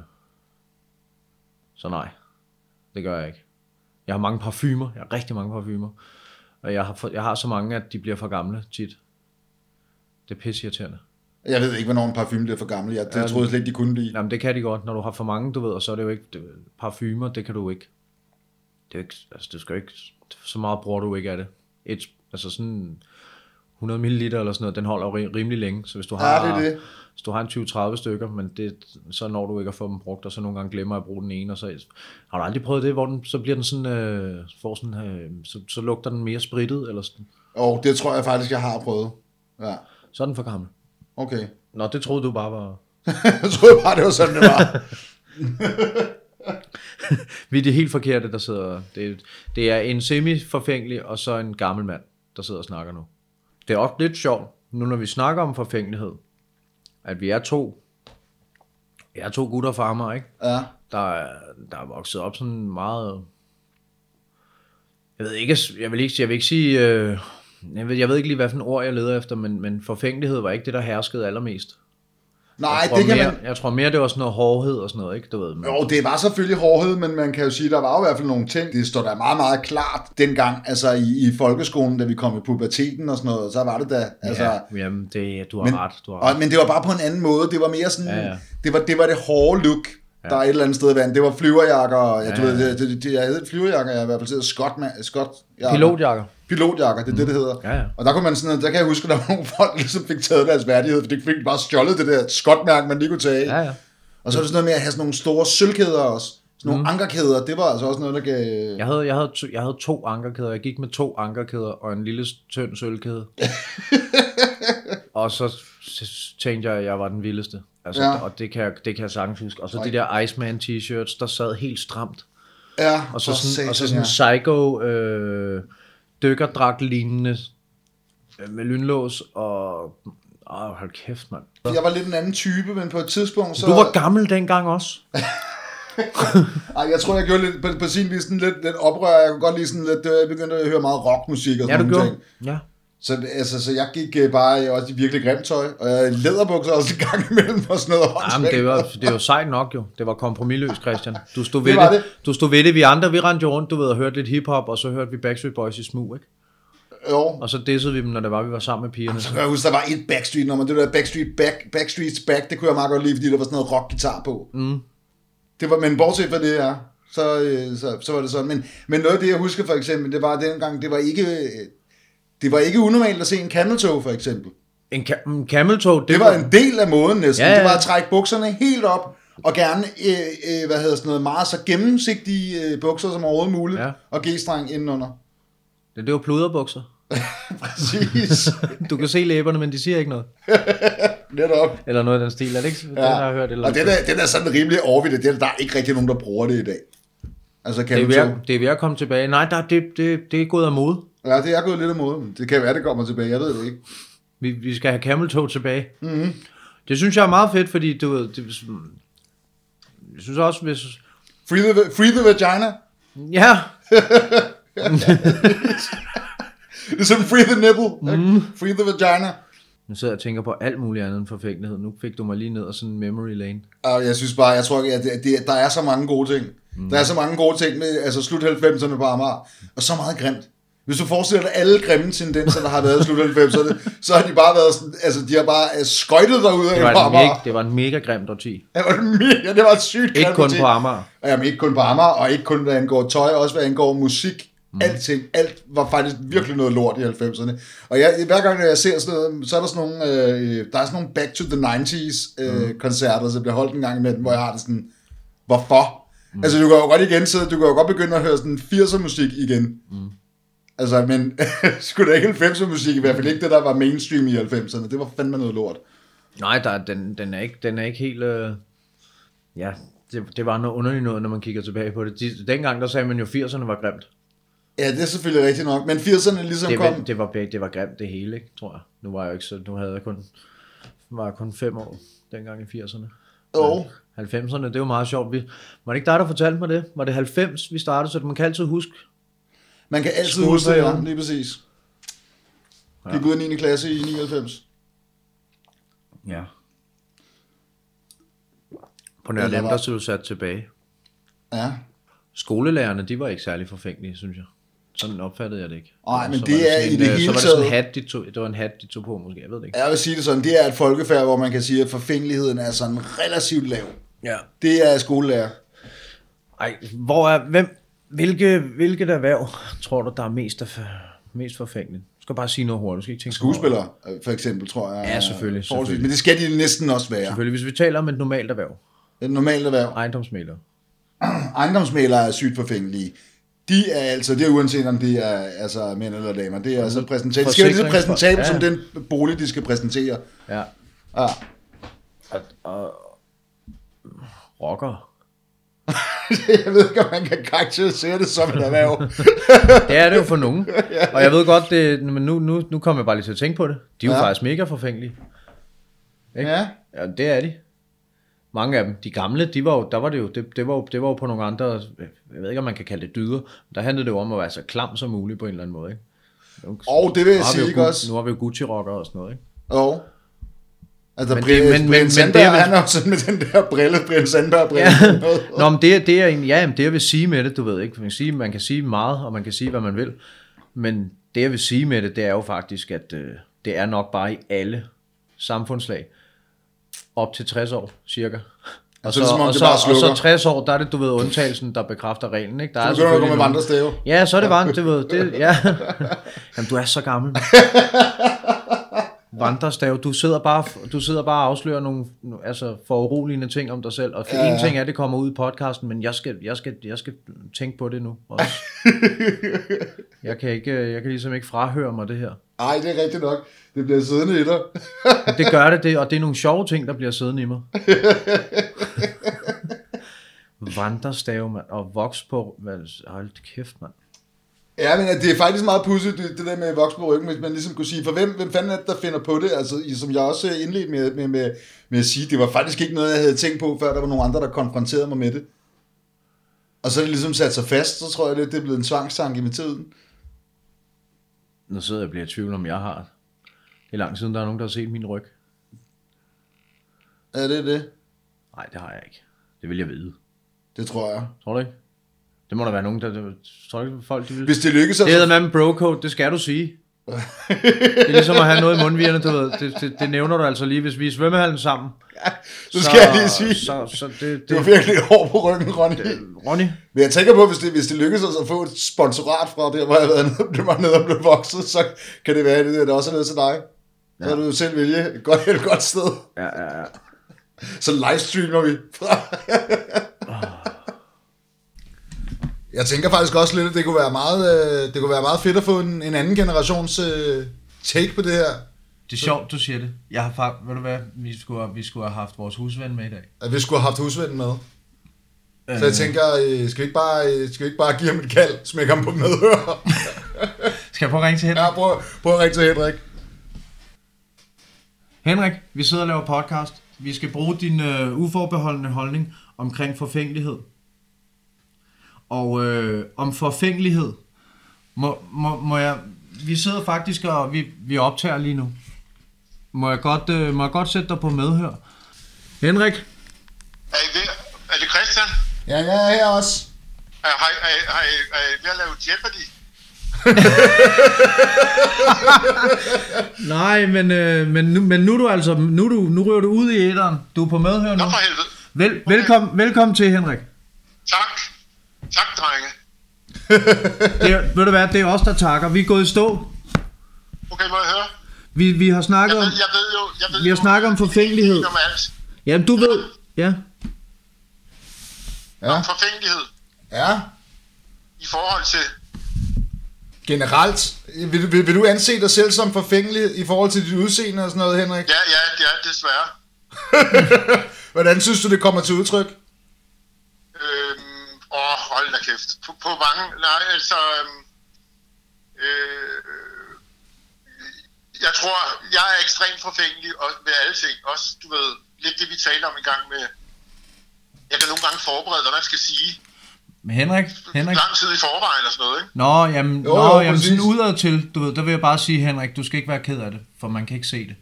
så nej, det gør jeg ikke. Jeg har mange parfumer, jeg har rigtig mange parfumer, og jeg har, for, jeg har så mange, at de bliver for gamle tit. Det er pisseirriterende. Jeg ved ikke, hvornår en parfume bliver for gammel. Jeg, det Ja, troede jeg slet ikke, de kunne blive. Jamen det kan de godt, når du har for mange, du ved, og så er det jo ikke, det, parfumer, det kan du ikke. Det er ikke, altså det skal ikke, så meget bruger du ikke af det. Et, altså sådan hundrede milliliter eller sådan noget, den holder jo ri- rimelig længe, så hvis du har... Ja, det er det. Hvis du har en tyve til tredive stykker, men det, så når du ikke at få dem brugt, og så nogle gange glemmer jeg at bruge den ene, og så har du aldrig prøvet det, hvor den, så bliver den sådan, øh, får sådan øh, så, så lugter den mere sprittet, eller sådan. Og det tror jeg faktisk, jeg har prøvet. Ja. Så er den for gammel. Okay. Nå, det troede du bare var... Jeg troede bare, det var sådan, det var. Vi er det helt forkerte, der sidder... Det, det er en semi-forfængelig, og så en gammel mand, der sidder og snakker nu. Det er også lidt sjovt, nu når vi snakker om forfængelighed, at vi er to, vi er to gutter fra Amager, ikke? Ja. Der er, der er vokset op sådan meget, jeg ved ikke, jeg vil ikke, jeg vil ikke sige, øh, jeg, ved, jeg ved ikke lige, hvad for en ord jeg leder efter, men, men forfængelighed var ikke det, der herskede allermest. Nej, jeg tror, det kan mere, man... Jeg tror mere, det var sådan noget hårdhed og sådan noget, ikke? Du ved, men... Jo, det var selvfølgelig hårdhed, men man kan jo sige, der var jo i hvert fald nogle ting. Det står der meget, meget klart dengang, altså i, i folkeskolen, da vi kom i puberteten og sådan noget, så var det da, altså... Ja, jamen, det, du har men, ret, du har og, ret. men det var bare på en anden måde, det var mere sådan, Ja, ja. Det, var, det var det hårde look, ja. Der er et eller andet sted i vandet. Det var flyverjakker, og jeg, Ja, ja, ja. det, det, det, jeg havde flyverjakker, jeg i hvert fald sidder Scott, Scott ja, Pilotjakker. Pilotjakker, det er mm. det, det hedder. Ja, ja. Og der kunne man sådan, der kan jeg huske, at der var nogle folk, der ligesom fik taget deres værdighed, for det fik bare stjålet det der Scott-mærke, man lige kunne tage. Ja, ja. Og så er det sådan noget med at have sådan nogle store sølvkæder også. Sådan nogle mm. ankerkæder, det var altså også noget, der gav... Jeg havde, jeg, havde to, jeg havde to ankerkæder. Jeg gik med to ankerkæder og en lille tynd sølvkæde. Og så tænkte jeg, at jeg var den vildeste. Altså, Ja. Og det kan, jeg, det kan jeg sagtens huske. Og så de der Iceman t-shirts, der sad helt stramt. Ja, Og så for sådan, og så satan, sådan ja. psycho øh, dykkerdragt lignende øh, med lynlås og... Åh, hold kæft, mand. Jeg var lidt en anden type, men på et tidspunkt så... Du var gammel dengang også. Ej, jeg tror, jeg gjorde lidt, på, på sin vis sådan lidt, lidt oprør. Jeg kunne godt lide sådan lidt... Jeg begyndte at høre meget rockmusik og Ja, sådan du nogle gjorde. ting. Ja. Så, altså, så jeg gik øh, bare også i virkelig grimt tøj, og jeg læderbukser også i gang imellem og sådan noget. Jamen, det var, det var sejt nok jo. Det var kompromisløst, Christian. Du stod ved Det var det, det. Du stod ved det. Vi andre, vi rendte jo rundt, du ved, og hørte lidt hiphop, og så hørte vi Backstreet Boys i smug, ikke? Jo. Og så dissede vi dem, når det var, vi var sammen med pigerne. Så kan jeg huske, der var et Backstreet-nummer. Det der Backstreet Back, Backstreet's Back, det kunne jeg meget godt lide, fordi der var sådan noget rock-guitar på. Mm. Det var, men bortset fra det, ja, så, øh, så, så var det sådan. Men, men noget af det, jeg husker for eksempel, det var dengang, det var ikke, det var ikke unormalt at se en cameltog, for eksempel. En, ka- en cameltog, det, det var, var en del af måden næsten. Ja, ja. Det var at trække bukserne helt op, og gerne, øh, øh, hvad hedder sådan noget, meget så gennemsigtige øh, bukser som overhovedet muligt, ja. Og G-streng indenunder. Det, det var pluderbukser. Præcis. Du kan se læberne, men de siger ikke noget. Netop. Eller noget af den stil, er det ikke? Ja. Den har jeg hørt. Eller og den er, den er sådan rimelig overvidet. Der er ikke rigtig nogen, der bruger det i dag. Altså, det, er ved at, det er ved at komme tilbage. Nej, der, det, det, det er gået af mode. Ja, det er gået lidt af mode. Det kan være, det kommer tilbage. Jeg ved det ikke. Vi, vi skal have cameltog tilbage. Mm-hmm. Det synes jeg er meget fedt, fordi du ved... Det, jeg synes også, hvis... Free the, free the vagina? Ja. Det er sådan free the nipple. Mm. Free the vagina. Nu sidder jeg og tænker på alt muligt andet end forfængelighed. Nu fik du mig lige ned og sådan en memory lane. Og jeg synes bare, jeg tror, at det, det, der er så mange gode ting. Mm. Der er så mange gode ting med altså slut halvfemserne på Amager. Og så meget grimt. Hvis du forestiller dig alle grimme tendenser, der har været i slut halvfemserne, så har de bare været sådan, altså de har bare skøjtet derude af på Amager. Det var en mega grimt årti. Det var, mega, det var et sygt grimt Ikke kun på Amager. Jamen ikke kun på Amager, og ikke kun hvad angår tøj, også hvad angår musik. Mm. Alting, alt var faktisk virkelig noget lort i halvfemserne. Og jeg, hver gang jeg ser sådan noget, så er der sådan nogle, øh, der er sådan nogle Back to the nineties øh, mm. koncerter, som bliver holdt en gang imellem, hvor jeg har det sådan, hvorfor? Mm. Altså du kan jo godt igen sidde, du kan jo godt begynde at høre sådan firser musik igen. Mm. Altså, men skulle da ikke halvfemser musik, i hvert fald ikke det, der var mainstream i halvfemserne. Det var fandme noget lort. Nej, der, den, den, er ikke, den er ikke helt... Øh... Ja, det, det var noget underligt noget, når man kigger tilbage på det. De, dengang, der sagde man jo, firserne var grimt. Ja, det er selvfølgelig rigtigt nok, men firserne ligesom det, kom... Det var, det var grimt det hele, ikke, tror jeg. Nu var jeg ikke så... Nu havde jeg kun, var jeg kun fem år dengang i firserne. Jo. halvfemserne, det var meget sjovt. Vi, var det ikke dig, der fortalte mig det? Var det halvfems, vi startede, så man kan altid huske... Man kan altid huske det, ja, lige præcis. Ja. Gik ud af niende klasse i nioghalvfems. Ja. På nær dem, der så du sat tilbage. Ja. Skolelærerne, de var ikke særlig forfængelige, synes jeg. Sådan opfattede jeg det ikke. Nej, men det er i det hele taget... Så var det sådan en hat, de tog, det var en hat, de tog på, måske, jeg ved det ikke. Jeg vil sige det sådan, det er et folkefærd, hvor man kan sige, at forfængeligheden er sådan relativt lav. Ja. Det er skolelærer. Ej, hvor er... Hvem... Hvilke, hvilket erhverv tror du, der er mest, af, mest forfængeligt? Du skal bare sige noget hurtigt. Du skal ikke tænke skuespillere, for eksempel, tror jeg. Ja, selvfølgelig, selvfølgelig. Men det skal de næsten også være. Selvfølgelig. Hvis vi taler om et normalt erhverv. Et normalt erhverv. Ejendomsmæglere. Ejendomsmæglere er sygt forfængelige. De er altså, det er uanset om det er altså, mænd eller damer, det er altså præsentabelt. Det skal være lige så præsentabelt ja. Som den bolig, de skal præsentere. Ja. Ja. Og, og rocker. Jeg ved ikke, om man kan karakterisere det som et erhverv. Det er det jo for nogen. Og jeg ved godt, det, men nu, nu, nu kommer jeg bare lige til at tænke på det. De er jo ja. faktisk mega forfængelige. Ikke? Ja. Ja, det er de. Mange af dem. De gamle, de var jo, der var det jo, det, det, var jo, det var jo på nogle andre, jeg ved ikke, om man kan kalde det dyder. Der handlede det jo om at være så klam som muligt på en eller anden måde. Ikke? Og det vil jeg sige ikke også. Nu har vi jo Gucci-rocker og sådan noget, ikke? Jo. Altså, men, Brian, det, men, Brian men, Sandberg, men det, han er jo sådan med den der brille, Brian Sandberg-brille. Ja. Nå, men det, det er en, ja, det jeg vil sige med det, du ved ikke, man kan, sige, man kan sige meget, og man kan sige, hvad man vil, men det jeg vil sige med det, det er jo faktisk, at øh, det er nok bare i alle samfundslag, op til tres år, cirka. Og så, så, og, så, og så tres år, der er det, du ved, undtagelsen, der bekræfter reglen, ikke? Der er så begynder du med vandrestave. Ja, så er det varmt, du ved, det, ja. Jamen, du er så gammel. Vandrestav, du sidder bare du sidder bare og afslører nogle altså foruroligende ting om dig selv, og for ja, ja. En ting er, det kommer ud i podcasten, men jeg skal jeg skal jeg skal tænke på det nu også. jeg kan ikke jeg kan ligesom ikke frahøre mig det her. Nej, det er rigtigt nok. Det bliver siddende i dig. Det gør det, det, og det er nogle sjove ting, der bliver siddende i mig. Vandrestav, mand, og voks på, hold kæft, mand. Ja, men det er faktisk meget pudsigt, det, det der med voks på ryggen, hvis man ligesom kunne sige, for hvem, hvem fanden er det, der finder på det? Altså, som jeg også indledte med, med, med, med at sige, det var faktisk ikke noget, jeg havde tænkt på, før der var nogle andre, der konfronterede mig med det. Og så er det ligesom sat sig fast, så tror jeg, det, det er blevet en tvangstanke med tiden. Nu sidder jeg og bliver i tvivl, om jeg har det. Det er lang siden, der er nogen, der har set min ryg. Er det det? Nej, det har jeg ikke. Det vil jeg vide. Det tror jeg. Tror du ikke? Det må der være nogen, der... Tror du ikke, folk de vil... Hvis det lykkes... Det hedder man bro-code, det skal du sige. Det er ligesom at have noget i mundvigerne, du ved. Det, det, det nævner du altså lige, hvis vi er i svømmehallen sammen. Ja, så skal så, jeg lige sige. Så, så det, det, det var virkelig hård på ryggen, Ronny. Det, Ronny? Men jeg tænker på, hvis det, hvis det lykkes os at få et sponsorat fra der, hvor jeg har været det var nede og blev vokset, så kan det være, at det også er nede til dig. Så ja. Du jo selv vælge et godt, et godt sted. Ja, ja, ja. Så livestreamer vi fra. Jeg tænker faktisk også lidt, at det kunne være meget, det kunne være meget fedt at få en, en anden generations uh, take på det her. Det er sjovt, du siger det. Jeg har faktisk, ved du hvad, vi skulle, vi skulle have haft vores husven med i dag. At vi skulle have haft husvennen med. Øh. Så jeg tænker, skal vi ikke bare, skal vi ikke bare give ham et kald, smække ham på medhør? Skal jeg prøve at ringe til Henrik? Ja, prøv, prøv at ringe til Henrik. Henrik, vi sidder og laver podcast. Vi skal bruge din øh, uforbeholdende holdning omkring forfængelighed. Og øh, om forfængelighed, må, må, må jeg, vi sidder faktisk og vi, vi optager lige nu. Må jeg, godt, øh, må jeg godt sætte dig på medhør? Henrik? Er I ved, er det Christian? Ja, jeg er her også. Er, har, er, er, er, er I ved at lave Jeopardy? Nej, men, øh, men, nu, men nu er du altså, nu, du, nu rører du ud i æteren. Du er på medhør nu. Nå for helvede. Vel, okay. velkommen, velkommen til, Henrik. Tak. Tak, drenge. Det er, ved du hvad, det er os, der takker. Vi er gået i stå. Okay, må jeg høre? Vi, vi har snakket jeg ved, om, jeg ved jo, jeg ved vi har jo, snakket om forfængelighed. Om alt. Jamen, du ved, ja. Ja. Om forfængelighed. Ja. I forhold til... Generelt, vil, vil, vil du anse dig selv som forfængelig i forhold til dit udseende og sådan noget, Henrik? Ja, ja, det er desværre. Hvordan synes du, det kommer til udtryk? Øhm, åh, hold da kæft. På, på mange... Nej, altså... Øh, jeg tror, jeg er ekstremt forfængelig og ved alle ting. Også, du ved, lidt det vi taler om i gang med... Jeg kan nogle gange forberede, hvad man skal sige. Men Henrik, Henrik. Lang tid i forvejen og sådan noget, ikke? Nå, jamen, jo, nå, jo, jamen sådan præcis. udad til, du ved, der vil jeg bare sige, Henrik, du skal ikke være ked af det, for man kan ikke se det.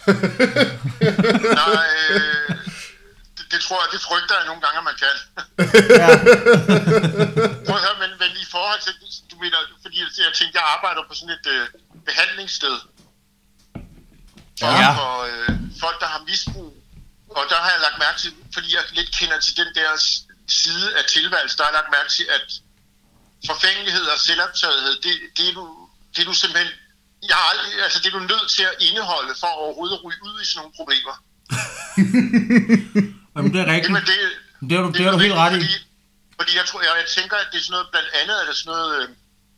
Nej, øh, det, det tror jeg, det frygter jeg nogle gange, at man kan. Ja. Prøv at høre, men, men i forhold til, du mener, fordi jeg tænkte, jeg arbejder på sådan et øh, behandlingssted. For, Ja. for øh, folk, der har misbrug. Og der har jeg lagt mærke til, fordi jeg lidt kender til den der side af tilværelsen, der har jeg lagt mærke til, at forfængelighed og selvoptagethed, det, det, er du, det er du simpelthen, jeg har aldrig, altså det er du nødt til at indeholde, for overhovedet at ryge ud i sådan nogle problemer. Jamen, det er rigtigt. Jamen, det, Det er du, det, det er du helt ret i. fordi, fordi jeg, tror, jeg, jeg tænker, at det er sådan noget, blandt andet er det sådan noget, øh,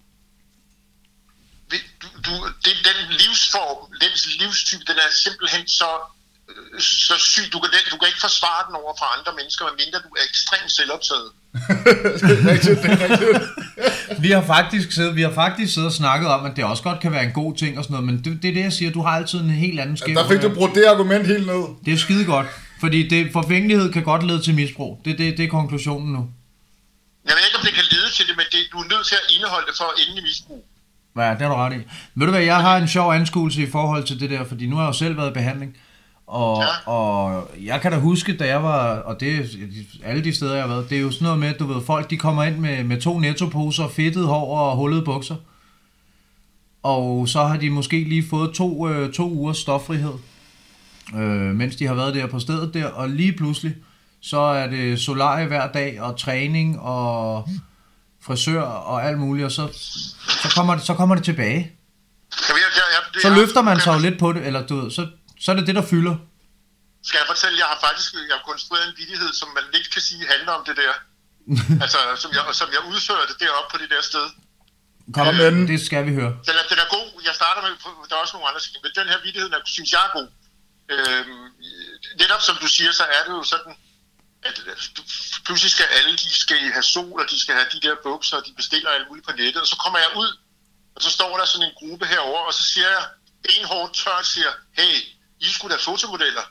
du, du, det, den livsform, den livstype, den er simpelthen så så syg, du kan, du kan ikke forsvare den over for andre mennesker, medmindre du er ekstremt selvoptaget. Det er rigtigt, det er rigtigt. Vi har faktisk siddet, vi har faktisk siddet og snakket om, at det også godt kan være en god ting og sådan noget, men det, det er det, jeg siger, du har altid en helt anden skæv. Der fik du brugt det argument helt ned. Det er skide godt, fordi det, forfængelighed kan godt lede til misbrug. Det, det, det er konklusionen nu. Jeg ved ikke, om det kan lede til det, men det, du er nødt til at indeholde det for at ende i misbrug. Ja, det er du ret i. Ved du hvad, jeg har en sjov anskuelse i forhold til det der, fordi nu har jeg jo selv været i behandling. Og, ja. og jeg kan da huske, da jeg var, og det er alle de steder, jeg har været, det er jo sådan noget med, du ved, folk de kommer ind med, med to nettoposer, fedtet hår og hullede bukser. Og så har de måske lige fået to, øh, to ugers stoffrihed, øh, mens de har været der på stedet der, og lige pludselig, så er det solarie hver dag, og træning, og frisør, og alt muligt, og så, så, kommer, det, så kommer det tilbage. Jeg, jeg, jeg, det, Så jeg, løfter man jeg, sig jo lidt på det, eller du ved, så så er det det, der fylder. Skal jeg fortælle, jeg har faktisk jeg har konstrueret en vittighed, som man lidt kan sige handler om det der. altså, som jeg, som jeg udførte deroppe på det der sted. Kom med den. Det skal vi høre. Den er, den er god. Jeg starter med, der er også nogle andre ting, men den her vittighed, der synes jeg er god. Øhm, netop som du siger, så er det jo sådan, at pludselig skal alle, de skal have sol, og de skal have de der bukser, og de bestiller alt muligt på nettet, og så kommer jeg ud, og så står der sådan en gruppe herover, og så siger jeg benhårdt tørt, siger, hey, I skulle da fotomodeller.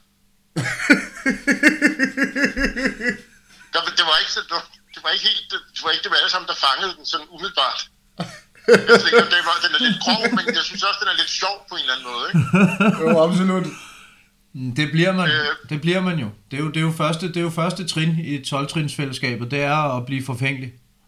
der, det var ikke så, det var ikke helt, det var ikke det var alle sammen, der fangede den sådan umiddelbart. Jeg tænker, det var, den er lidt grov, men jeg synes også, den er lidt sjov på en eller anden måde, ikke? Jo, absolut. Det bliver man, øh, det bliver man jo. Det er jo, det er jo første, det er jo første trin i tolv-trinsfællesskabet, det er at blive forfængelig.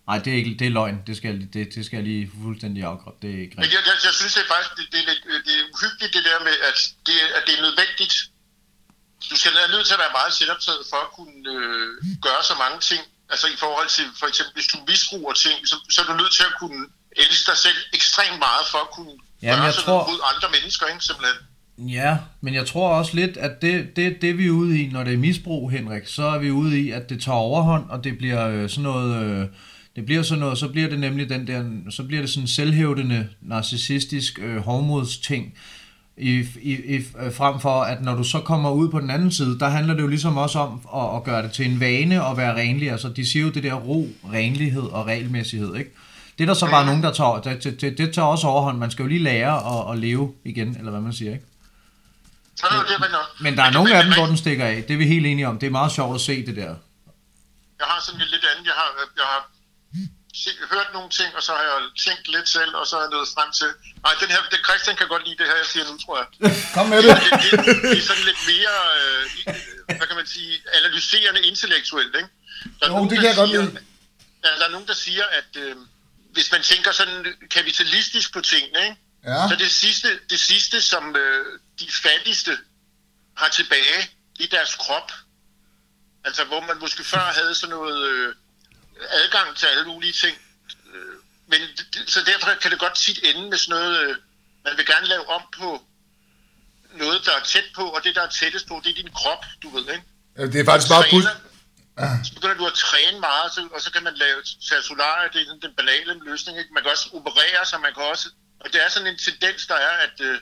Nej, det er ikke, det er løgn. Det skal, det, det skal jeg lige fuldstændig afgøre. Det er ikke Men rigtigt. jeg, jeg, jeg synes det er faktisk, det, det, er lidt, det er uhyggeligt det der med, at det, at det er nødvendigt. Du skal være nødt til at være meget selvoptaget for at kunne øh, gøre så mange ting. Altså i forhold til, for eksempel, hvis du misbruger ting, så, så er du nødt til at kunne elske dig selv ekstremt meget for at kunne Jamen, gøre jeg sådan tror... noget mod andre mennesker, ikke? Simpelthen. Ja, men jeg tror også lidt, at det, det, det vi er ude i, når det er misbrug, Henrik, så er vi ude i, at det tager overhånd, og det bliver øh, sådan noget... Øh, Det bliver sådan noget, så bliver det nemlig den der, så bliver det sådan en selvhævdende, narcissistisk øh, hovmodsting, i, i, i, frem for at når du så kommer ud på den anden side, der handler det jo ligesom også om at, at gøre det til en vane og være renlig. Altså de siger jo det der ro, renlighed og regelmæssighed, ikke? Det er der så bare nogen, der tager, det, det, det tager også overhånd. Man skal jo lige lære at, at leve igen, eller hvad man siger, ikke? Så er det det, nok. Men der er nogle af dem, hvor den stikker af. Det er vi helt enige om. Det er meget sjovt at se det der. Jeg har sådan lidt, lidt andet. Jeg har, jeg har hørt nogle ting, og så har jeg tænkt lidt selv, og så er jeg nået frem til, nej, den her, det, Christian kan godt lide det her, jeg siger nu, tror jeg. Kom med det. Det, det, det, det er sådan lidt mere, øh, hvad kan man sige, analyserende intellektuelt, ikke? Der er Jo, nogen, det kan jeg godt siger, lide. ja, der er nogen, der siger, at øh, hvis man tænker sådan kapitalistisk på tingene, ikke? Ja. Så det sidste, det sidste, som øh, de fattigste har tilbage, det er deres krop. Altså, hvor man måske før havde sådan noget... Øh, adgang til alle mulige ting. Men så derfor kan det godt tit ende med sådan noget, man vil gerne lave om på noget, der er tæt på, og det, der er tættest på, det er din krop, du ved, ikke? Ja, det er faktisk bare pus. Så begynder du at træne meget, og så kan man lave tage solarier, det er den banale løsning, ikke? Man kan også operere sig, man kan også... Og det er sådan en tendens, der er, at øh,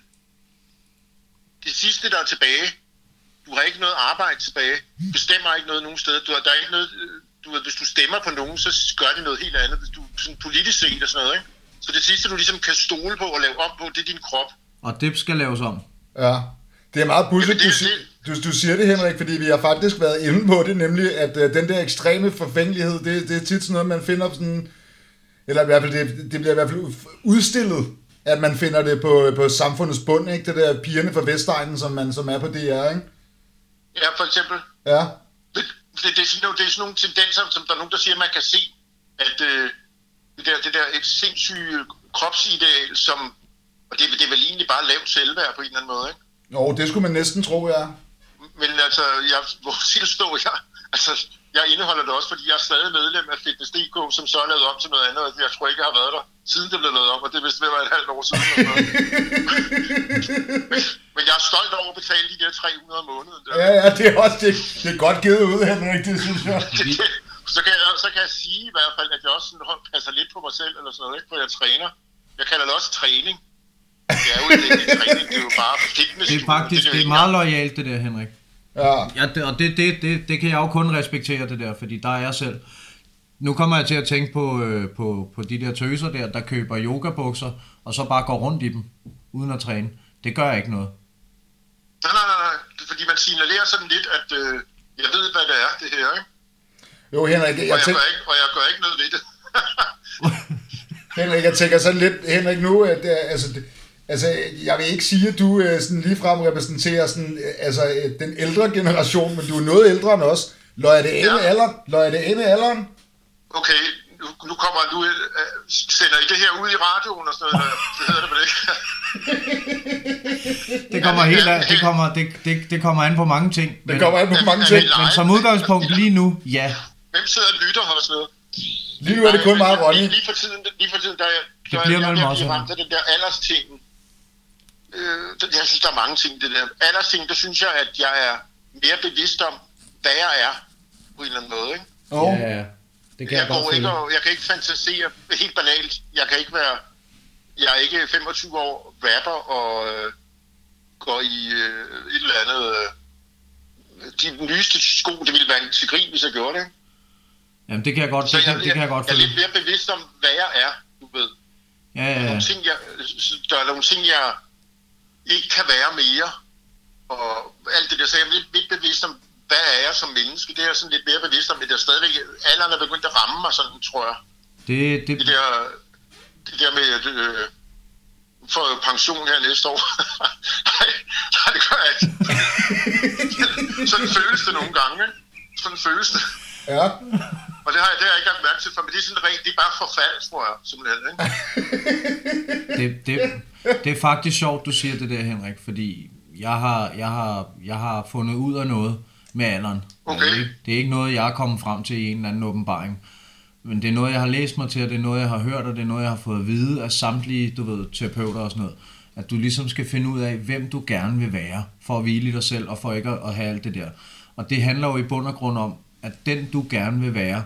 det sidste, der er tilbage, du har ikke noget arbejde tilbage, bestemmer ikke noget nogen steder, du har, der er ikke noget... Øh, Du ved, hvis du stemmer på nogen, så gør det noget helt andet. Hvis du sådan politisk set og sådan noget, ikke? Så det sidste, du ligesom kan stole på og lave om på, det er din krop. Og det skal laves om. Ja, det er meget pudsigt, Jamen, du, det er si- du, du siger det, Henrik, fordi vi har faktisk været inde på det, nemlig at uh, den der ekstreme forfængelighed, det, det er tit sådan noget, man finder sådan, eller i hvert fald, det, det bliver i hvert fald udstillet, at man finder det på, på samfundets bund, ikke? Det der pigerne fra Vestegnen, som, man, som er på D R, ikke? Ja, for eksempel. Ja. Det, det, det, er sådan, det er sådan nogle tendenser, som der er nogen, der siger, at man kan se, at øh, det, der, det der et sindssyge kropsideal, som, og det, det er vel egentlig bare lavt selvværd på en eller anden måde, ikke? Jo, det skulle man næsten tro, ja. Men altså, jeg må tilstå, jeg, altså, jeg indeholder det også, fordi jeg er stadig medlem af Fitness punktum d k, som så er lavet om til noget andet, og jeg tror ikke, jeg har været der, siden det blev lavet om, og det er vist ved at være et halvt år siden. men, men jeg er stolt over at betale de der tre hundrede om måneden. Der. Ja, ja, det er også det, det er godt givet ud, Henrik, det synes jeg. så, kan jeg så kan jeg sige i hvert fald, at jeg også sådan, passer lidt på mig selv, eller sådan noget, ikke? For jeg træner. Jeg kalder det også træning. Det er jo ikke det, træning, det er jo bare fitness. Det er faktisk, det er, det er meget loyalt det der, Henrik. Ja. Ja, det, og det, det, det, det kan jeg jo kun respektere det der, fordi der er jeg selv. Nu kommer jeg til at tænke på, øh, på, på de der tøser der, der køber yogabukser, og så bare går rundt i dem, uden at træne. Det gør ikke noget. Nej, nej, nej, nej. Fordi man signalerer sådan lidt, at øh, jeg ved, hvad det er, det her, ikke? Jo, Henrik, jeg, jeg, og jeg, tænk... gør, ikke, og jeg gør ikke noget ved det. Henrik, jeg tænker sådan lidt, Henrik, nu, at det, altså, det, altså, jeg vil ikke sige, at du sådan ligefrem repræsenterer sådan, altså, den ældre generation, men du er noget ældre end os. Løjer det inde ja. alderen? Løjer det inde alderen? Okay, nu, nu kommer nu uh, sender I det her ud i radioen og sådan noget, det hedder det vel ikke? det kommer helt an, det kommer, det, det, det kommer an på mange ting. Det men, kommer an på mange ting. Men som udgangspunkt lige nu, ja. Hvem sidder og lytter og sådan noget? Lige nu er det kun meget Ronny. Lige, lige for tiden, lige for tiden, der er det bliver jeg, mellem jeg, os. Jeg ramt af den der aldersting. Øh, jeg synes, der er mange ting, det der. Aldersting, der synes jeg, at jeg er mere bevidst om, hvad jeg er, på en eller anden måde, ikke? Oh. Ja, ja. Det kan jeg, jeg, jeg, ikke, jeg kan ikke fantasere helt banalt. Jeg kan ikke være... Jeg er ikke femogtyve år rapper og øh, går i øh, et eller andet... Øh, de nyeste sko, det ville være en til grin, hvis jeg gjorde det. Jamen, det kan jeg godt, så det, jeg, det, det kan jeg godt jeg er lidt mere bevidst om, hvad jeg er, du ved. Ja, ja, ja. Der er nogle ting, jeg, der er nogle ting, jeg ikke kan være mere. Og alt det der, så jeg er lidt, lidt bevidst om, hvad er jeg som menneske. Det er jeg sådan lidt mere bevidst om, at jeg stadigvæk... Alderen er begyndt at ramme mig sådan, tror jeg. Det, det... det der... Det der med... Øh, for pension her næste år. nej, nej, det gør jeg ikke. Sådan føles det nogle gange, ikke? Sådan føles det. Ja. Og det har jeg, det har jeg ikke lagt mærke til, for men det er sådan rent, det er bare forfald, tror jeg, simpelthen, ikke? det, det, det er faktisk sjovt, du siger det der, Henrik, fordi jeg har, jeg har, jeg har fundet ud af noget med alderen. Okay. Altså, det, det er ikke noget, jeg er kommet frem til i en eller anden åbenbaring. Men det er noget, jeg har læst mig til, og det er noget, jeg har hørt, og det er noget, jeg har fået at vide af samtlige, du ved, terapeuter og sådan noget. At du ligesom skal finde ud af, hvem du gerne vil være, for at hvile i dig selv, og for ikke at, at have alt det der. Og det handler jo i bund og grund om, at den, du gerne vil være,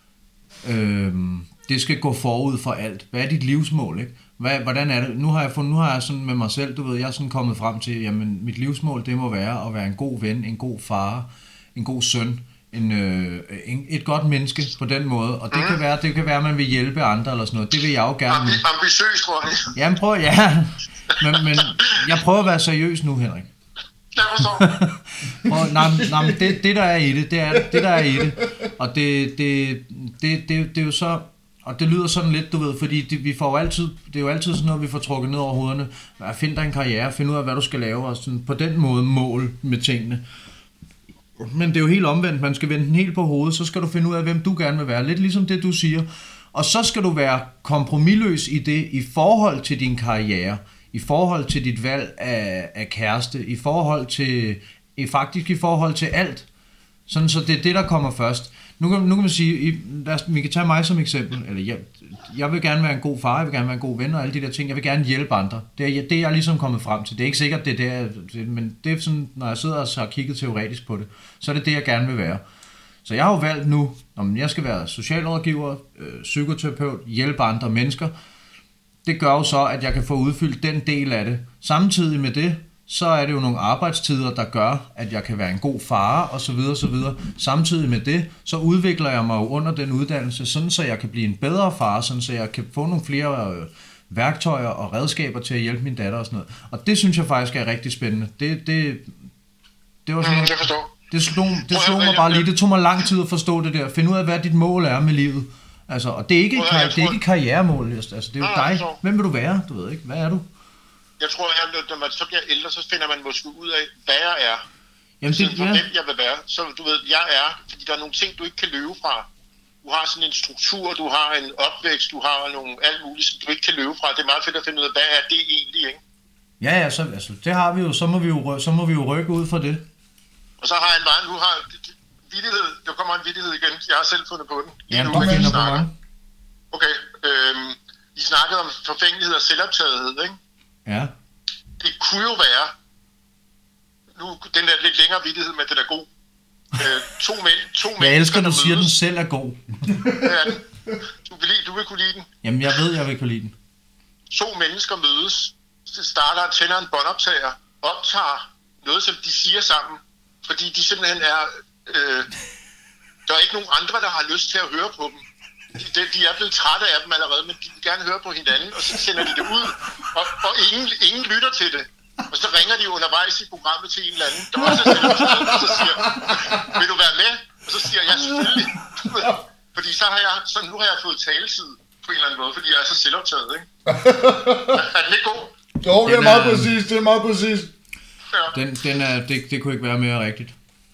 øh, det skal gå forud for alt. Hvad er dit livsmål, ikke? Hvad, hvordan er det? Nu har jeg fundet, nu har jeg sådan med mig selv, du ved, jeg er sådan kommet frem til, jamen mit livsmål, det må være at være en god ven, en god far, en god søn, en, øh, en, et godt menneske på den måde, og det, mm. kan være, det kan være, at man vil hjælpe andre eller sådan noget. Det vil jeg jo gerne. Ambi- ambitiøs, tror jeg. Jamen prøv, ja. Men, men jeg prøver at være seriøs nu, Henrik. Jeg forstår. Og, nej, nej, men det, det der er i det, det er det der er i det, og det, det, det, det, det er jo så, og det lyder sådan lidt, du ved, fordi det, vi får jo altid, det er jo altid sådan noget, vi får trukket ned over hovederne. Find dig en karriere, find ud af, hvad du skal lave, og sådan på den måde mål med tingene. Men det er jo helt omvendt, man skal vende den helt på hovedet, så skal du finde ud af, hvem du gerne vil være, lidt ligesom det, du siger. Og så skal du være kompromisløs i det, i forhold til din karriere, i forhold til dit valg af, af kæreste, i forhold til, i, faktisk i forhold til alt. Sådan, så det er det, der kommer først. Nu kan, nu kan man sige, i, der, vi kan tage mig som eksempel, eller jeg, jeg vil gerne være en god far, jeg vil gerne være en god ven og alle de der ting, jeg vil gerne hjælpe andre. Det er, det er jeg ligesom kommet frem til. Det er ikke sikkert, det er det, men det er sådan, når jeg sidder og har kigget teoretisk på det, så er det det, jeg gerne vil være. Så jeg har jo valgt nu, om jeg skal være socialrådgiver, øh, psykoterapeut, hjælpe andre mennesker. Det gør jo så, at jeg kan få udfyldt den del af det. Samtidig med det, så er det jo nogle arbejdstider, der gør, at jeg kan være en god far, og så videre, så videre. Samtidig med det, så udvikler jeg mig jo under den uddannelse, sådan så jeg kan blive en bedre far, sådan så jeg kan få nogle flere øh, værktøjer og redskaber til at hjælpe min datter og sådan noget. Og det synes jeg faktisk er rigtig spændende. Det, det, det var sådan noget, det slog, det slog mig bare lige. Det tog mig lang tid at forstå det der. Finde ud af, hvad dit mål er med livet. Altså, og det er ikke et, det er ikke et karrieremål. Altså, det er jo dig. Hvem vil du være? Du ved ikke. Hvad er du? Jeg tror, at når man så bliver ældre, så finder man måske ud af, hvad jeg er. Jamen, det, for ja. hvem jeg vil være. Så du ved, jeg er, fordi der er nogle ting, du ikke kan løbe fra. Du har sådan en struktur, du har en opvækst, du har nogle alt muligt, som du ikke kan løbe fra. Det er meget fedt at finde ud af, hvad er det egentlig, ikke? Ja, ja, så, altså, det har vi jo. Så må vi jo, så må vi jo rykke ud fra det. Og så har jeg en meget, nu har vittighed, der kommer en vittighed igen. Jeg har selv fundet på den. Ja, du finder på mig. Okay, øhm, I snakkede om forfængelighed og selvoptagethed, ikke? Ja. Det kunne jo være, nu den der lidt længere vittighed, men den er god. Øh, to mænd, to jeg elsker, du siger, at den selv er god. Ja, du vil, lide, du vil kunne lide den. Jamen, jeg ved, jeg vil kunne lide den. To mennesker mødes, starter og tænder en båndoptager, optager noget, som de siger sammen, fordi de simpelthen er... Øh, der er ikke nogen andre, der har lyst til at høre på dem. De, de er blevet trætte af dem allerede, men de vil gerne høre på hinanden, og så sender de det ud, og, og ingen, ingen lytter til det. Og så ringer de undervejs i programmet til en eller anden, der også er selvoptaget, og så siger, vil du være med? Og så siger jeg, selvfølgelig. Fordi så har jeg, så nu har jeg fået taletid på en eller anden måde, fordi jeg er så selvoptaget, ikke? Er den ikke god? Jo, det er meget præcis, det er meget præcis. Ja. Den, den er, det, det kunne ikke være mere rigtigt.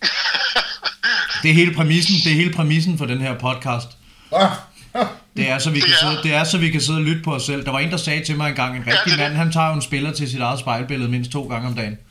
Det er hele præmissen, det er hele præmissen for den her podcast. Det er, så vi kan sidde, det er så vi kan sidde og lytte på os selv. Der var en, der sagde til mig engang, en rigtig ja, mand, han tager jo en spiller til sit eget spejlbillede mindst to gange om dagen.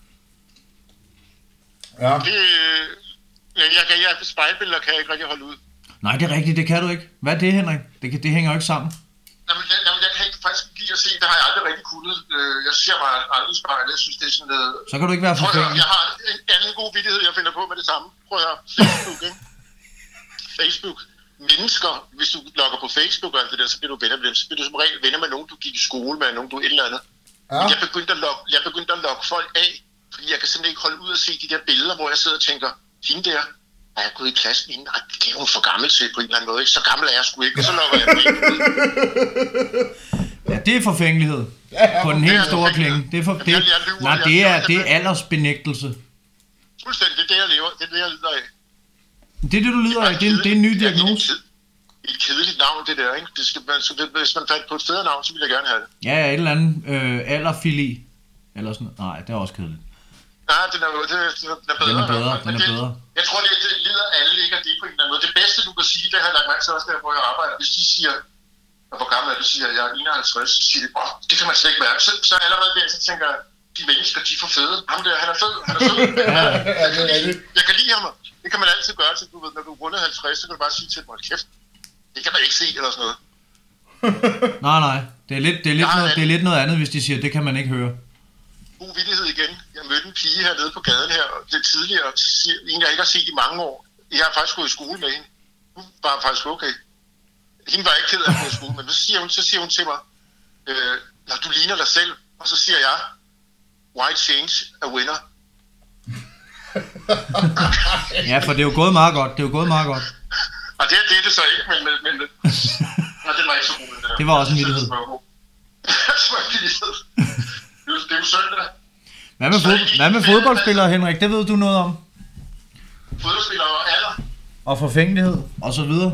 Ja. Det, jeg, jeg, jeg, spejlbilleder kan jeg ikke rigtig holde ud. Nej, det er rigtigt, det kan du ikke. Hvad er det, Henrik? Det, det hænger jo ikke sammen. Jamen, jeg, jamen, jeg kan ikke faktisk lide at se, det har jeg aldrig rigtig kunnet. Jeg ser mig aldrig spejl, jeg synes, det er sådan noget... Så kan du ikke være forfængelig. Jeg har en anden god vittighed, jeg finder på med det samme. Prøv at høre, Facebook, ikke? Facebook. Mennesker, hvis du logger på Facebook og alt det der, så bliver du venner med dem. Så bliver du som regel venner med nogen, du gik i skole med, nogen, du et eller andet. Ja. Men jeg begyndte, at logge, jeg begyndte at logge folk af, fordi jeg kan simpelthen ikke holde ud og se de der billeder, hvor jeg sidder og tænker, hende der, er jeg gået i klasse med hende? Nej, det er hun for gammel til på en eller anden måde, ikke? Så gammel er jeg sgu ikke, og så logger jeg den ikke ud. Ja, det er forfængelighed. Ja, ja, på den helt store klinge. Det er for, det, jeg, jeg lyver, nej, det er, det er aldersbenægtelse. Fuldstændig, det er det, jeg lever. Det er det, jeg lider af. Det er det, du lider af. Det er, det er en ny diagnose. Et, et kedeligt navn, det der, ikke? Det skal, man, så det, hvis man fandt på et federe navn, så ville jeg gerne have det. Ja, et eller andet øh, alderfili. Eller sådan noget. Nej, det er også kedeligt. Nej, den er, den er, den er bedre. Den er bedre, den er det, bedre. Jeg tror, det, det lider alle ikke af det på en eller anden måde. Det bedste, du kan sige, det har jeg lagt mærke til også der, hvor jeg arbejder. Hvis de siger, og hvor gammel er det, siger, at jeg er enoghalvtreds, så siger de, åh, det kan man slet ikke mærke. Så, så allerede der, så tænker jeg, de mennesker, de er for fede. Ham der, han er fed, han er fed. Ja, jeg, kan det er lide, det. jeg kan lide ham. Det kan man altid gøre til, du ved, når du er rundet halvtreds, så kan du bare sige til dem, hold kæft. Det kan man ikke se, eller sådan noget. Nej, nej. Det er lidt, det er lidt, noget, det er lidt noget andet, hvis de siger, det kan man ikke høre. God vittighed igen. Jeg mødte en pige hernede på gaden her, det tidligere, en jeg ikke har set i mange år. Jeg har faktisk gået i skole med hende. Hun var faktisk okay. Hende var ikke ked af at gå i skole, men så siger hun, så siger hun til mig, øh, når du ligner dig selv, og så siger jeg, why change a winner? Ja, for det er jo gået meget godt. Det er jo gået meget godt. Og det, det er det så ikke, men... men, men nej, det var ikke så god. Det var også en vittighed. Det var en vittighed. Det er jo søndag. Hvad med, fod- hvad med fodboldspillere, Henrik? Det ved du noget om. Fodboldspillere og alder. Og forfængelighed, og så videre.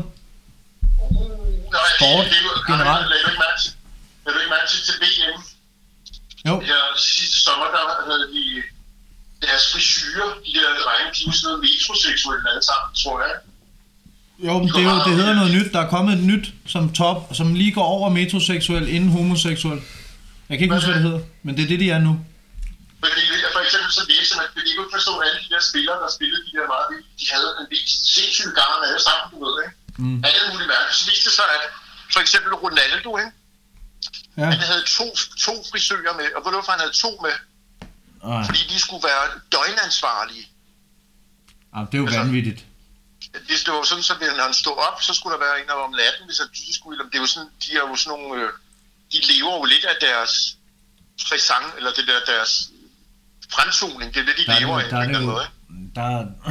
Uh, nej, Sport, det, det, det, generelt. Lad du ikke mærke til, lad du ikke mærke til, til V M. Jo. Ja, sidste sommer, der havde de deres frisyrer, de der drenge, de var sådan noget metroseksuelle alle sammen, tror jeg. Jo, men det, er jo, det hedder noget nyt. Der er kommet et nyt som top, som lige går over metroseksuel inden homoseksuel. Jeg kan ikke huske, hvad det hedder, men det er det, de er nu. Fordi for eksempel så læste man, fordi jeg kunne forstå, at alle de der spillere, der spillede de der meget, de havde en vist sindssyg garn alle sammen, du ved, ikke? Mm. Alle mulige mærker. Så viste det sig, at for eksempel Ronaldo, ikke? Ja. Han havde to, to frisører med, og hvorfor han havde to med? Ej. Fordi de skulle være døgnansvarlige. Jamen, det er jo altså, vanvittigt. Hvis det var sådan, så når han stod op, så skulle der være en af om natten, hvis han skulle. Det er jo sådan, de er jo sådan nogle, øh, de lever jo lidt af deres frisang, eller det der deres fremtoning, det er det, de der lever af på en eller anden måde. Der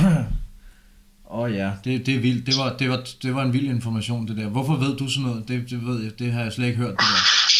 Åh oh, ja, det, det er vildt. Det var, det, var, det var en vild information, det der. Hvorfor ved du sådan noget? Det, det ved jeg, det har jeg slet ikke hørt, det der.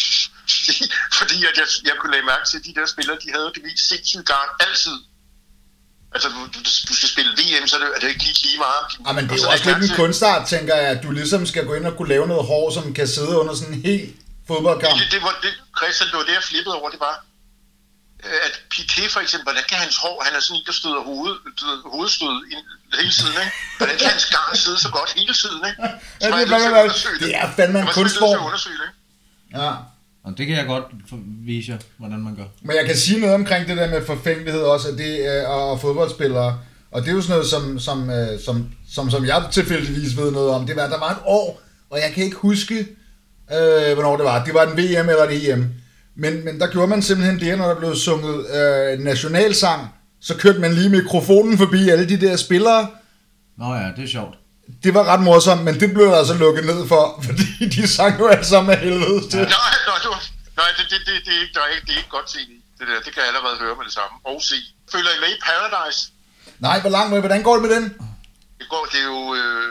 Fordi at jeg, jeg kunne lægge mærke til, at de der spillere, de havde det mest sindssygt garn altid. Altså, du, du, du skal spille V M, så er det, er det ikke lige lige meget. Ja, men det er jo også lidt en kunstart, tænker jeg, at du ligesom skal gå ind og kunne lave noget hår, som kan sidde under sådan en helt fodboldkamp. Det, det var det, Christian, det var det, jeg flippede over, det var, at Piqué for eksempel, hvordan kan hans hår, han er sådan en, der støder hoved, hovedstød hele tiden, ikke? Hvordan kan hans garn sidde så godt hele tiden, ikke? Så ja, det, er det. det er fandme en kunstform. Ja. Og det kan jeg godt vise jer, hvordan man gør. Men jeg kan sige noget omkring det der med forfængelighed også, at det er og fodboldspillere. Og det er jo sådan noget, som, som, som, som, som jeg tilfældigvis ved noget om. Det var, der var et år, og jeg kan ikke huske, øh, hvornår det var. Det var en V M eller en E M. Men, men der gjorde man simpelthen det, når der blev sunget øh, nationalsang, så kørte man lige mikrofonen forbi alle de der spillere. Nå ja, det er sjovt. Det var ret morsomt, men det blev der altså lukket ned for, fordi de sang jo alle sammen af helvede til. Ja. Nej, nej, nej, nej det, det, det, det, er ikke, det, det er ikke godt til det der. Det kan jeg allerede høre med det samme. Og se. Føler I med i Paradise? Nej, hvor langt med? Hvordan går det med den? Det går, det er jo... Øh,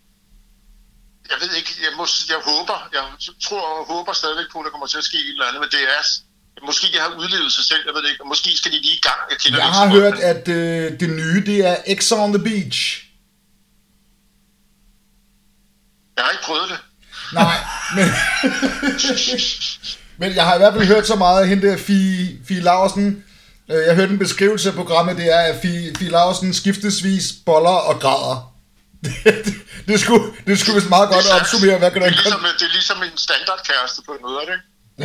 jeg ved ikke, jeg, må, jeg håber, jeg tror og håber stadigvæk på, at der kommer til at ske et eller andet, men det er... Måske det har udlevet sig selv, jeg ved det ikke, og måske skal de lige i gang. Jeg, jeg har hørt, at øh, det nye, det er X on the Beach. Jeg har ikke prøvet det. Nej, men, men jeg har i hvert fald hørt så meget af hende der, Fie, Fie Laursen. Jeg hørte en beskrivelse af programmet, det er, at Fie, Fie Laursen skiftesvis boller og græder. Det, det, det, skulle, det skulle vist meget godt det er, opsummere, hvad kan det, er ligesom, det er ligesom en standardkæreste på en måde, er det ikke?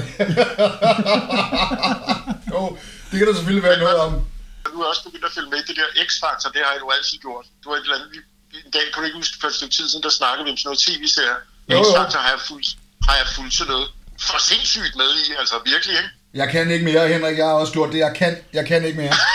Jo, det kan der selvfølgelig være noget om. Du har også begyndt at følge med det der X-Factor, det har du altid gjort. Du har et eller andet, en dag, kan du ikke huske, for et stykke tid siden, der snakkede vi om sådan noget tv-serie. X-Factor har jeg fuldt, har jeg fuldt sådan noget for sindssygt med i, altså virkelig, ikke? Jeg kan ikke mere, Henrik, jeg har også gjort det, jeg kan, jeg kan ikke mere.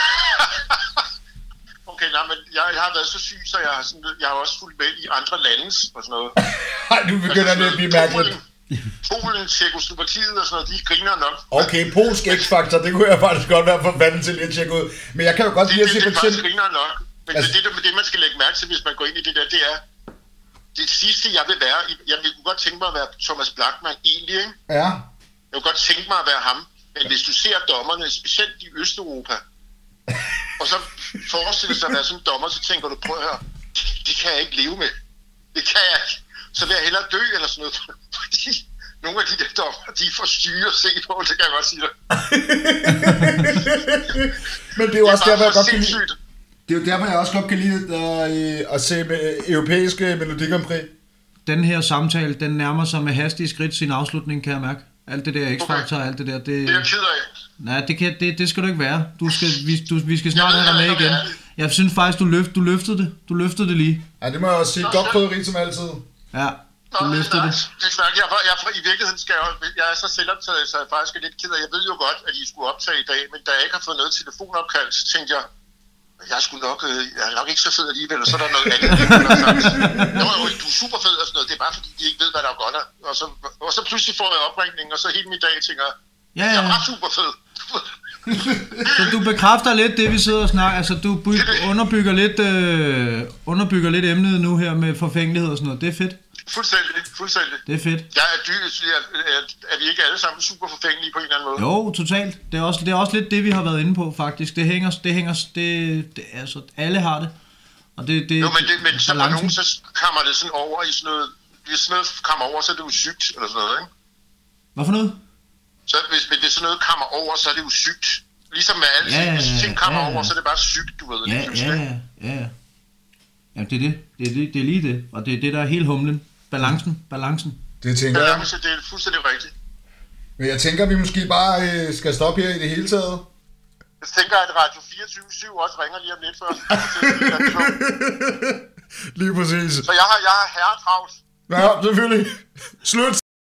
Okay, nej, men jeg, jeg har været så syg, så jeg har, sådan, jeg har også fulgt med i andre landes og sådan noget. Nej, du begynder altså, det at blive mærkeligt. Polen, Tjekkoslovakiet og sådan noget, de griner nok. Okay, polsk X-Factor, det kunne jeg faktisk godt være forvandet til at tjekke ud. Men jeg kan jo godt lide at se for eksempel... Det er faktisk griner nok. Men altså... det, det, det, man skal lægge mærke til, hvis man går ind i det der, det er... Det sidste, jeg vil være... Jeg vil godt tænke mig at være Thomas Blachman egentlig, ikke? Ja. Jeg vil godt tænke mig at være ham. Men hvis du ser dommerne, specielt i Østeuropa, og så forestiller sig at være sådan en dommer, så tænker du, prøv at høre, det kan jeg ikke leve med. Det kan jeg ikke. Så vil jeg hellere dø eller sådan noget. Fordi nogle af de der dommer, de er for syge at se på, det kan jeg godt sige dig. Men det er jo Det er også derfor, jeg bare godt så kan lide... sindssygt. Det er jo derfor, jeg også godt kan lide at, at se med europæiske Melodi Grand Prix. Den her samtale, den nærmer sig med hastige skridt sin afslutning, kan jeg mærke. Alt det der X-Factor, Okay. alt det der, det... Det er jeg ked af. Nej, det, kan, det, det skal du ikke være. Du skal, vi, du, vi skal snart Jeg ved, have dig med jeg ved, igen. jeg ved. Jeg synes faktisk, du, løft, du løftede det. Du løftede det lige. Ja, det må jeg også sige. Godt krydderi som altid. Ja, Nå, du løftede nej, det. det er klart. Jeg, var- jeg, jeg, I virkeligheden skal jeg, også- jeg er så selvoptaget, så jeg faktisk er lidt ked af. Jeg ved jo godt, at I skulle optage i dag, men da jeg ikke har fået noget telefonopkald, så tænkte jeg, jeg er sgu nok, øh, jeg er nok ikke så fed alligevel, og så er der noget andet, der har sagt. Nå, jo, du er super fed og sådan noget, det er bare fordi, de ikke ved, hvad der er godt. Og så, og så pludselig får jeg opringning, og så hele min dag tænker jeg, Ja, jeg ja. er bare super fed. Så du bekræfter lidt det, vi sidder og snakker. Altså, du by- underbygger lidt, øh, underbygger lidt emnet nu her med forfængelighed og sådan noget. Det er fedt. Fuldstændig, fuldstændig. Det er fedt. Jeg er dyr, er, er, er vi ikke alle sammen super forfængelige på en eller anden måde? Jo, totalt. Det er også, det er også lidt det, vi har været inde på, faktisk. Det hænger, det hænger, det, det altså, alle har det. Og det, det Jo, men, det, men så for balancen. nogen, så kammer det sådan over i sådan noget, hvis sådan noget kammer over, så er det jo sygt, eller sådan noget, ikke? Hvad for noget? Så hvis, hvis sådan noget kammer over, så er det jo sygt. Ligesom med alle Ja, ting, ja, hvis ting kammer ja, ja. over, så er det bare sygt, du ved. Ja, lige pludselig, ja, ikke? ja, ja. Ja, det er det. Det er, det. det er lige det. Og det er det, der er helt humlen. Balancen, balancen. Det tænker jeg. Balance, det er fuldstændig rigtigt. Men jeg tænker, at vi måske bare øh, skal stoppe her i det hele taget. Jeg tænker, at Radio fireogtyve syv også ringer lige om lidt før. Lige præcis. Så jeg har, jeg har herretravlt. Ja, selvfølgelig. Slut.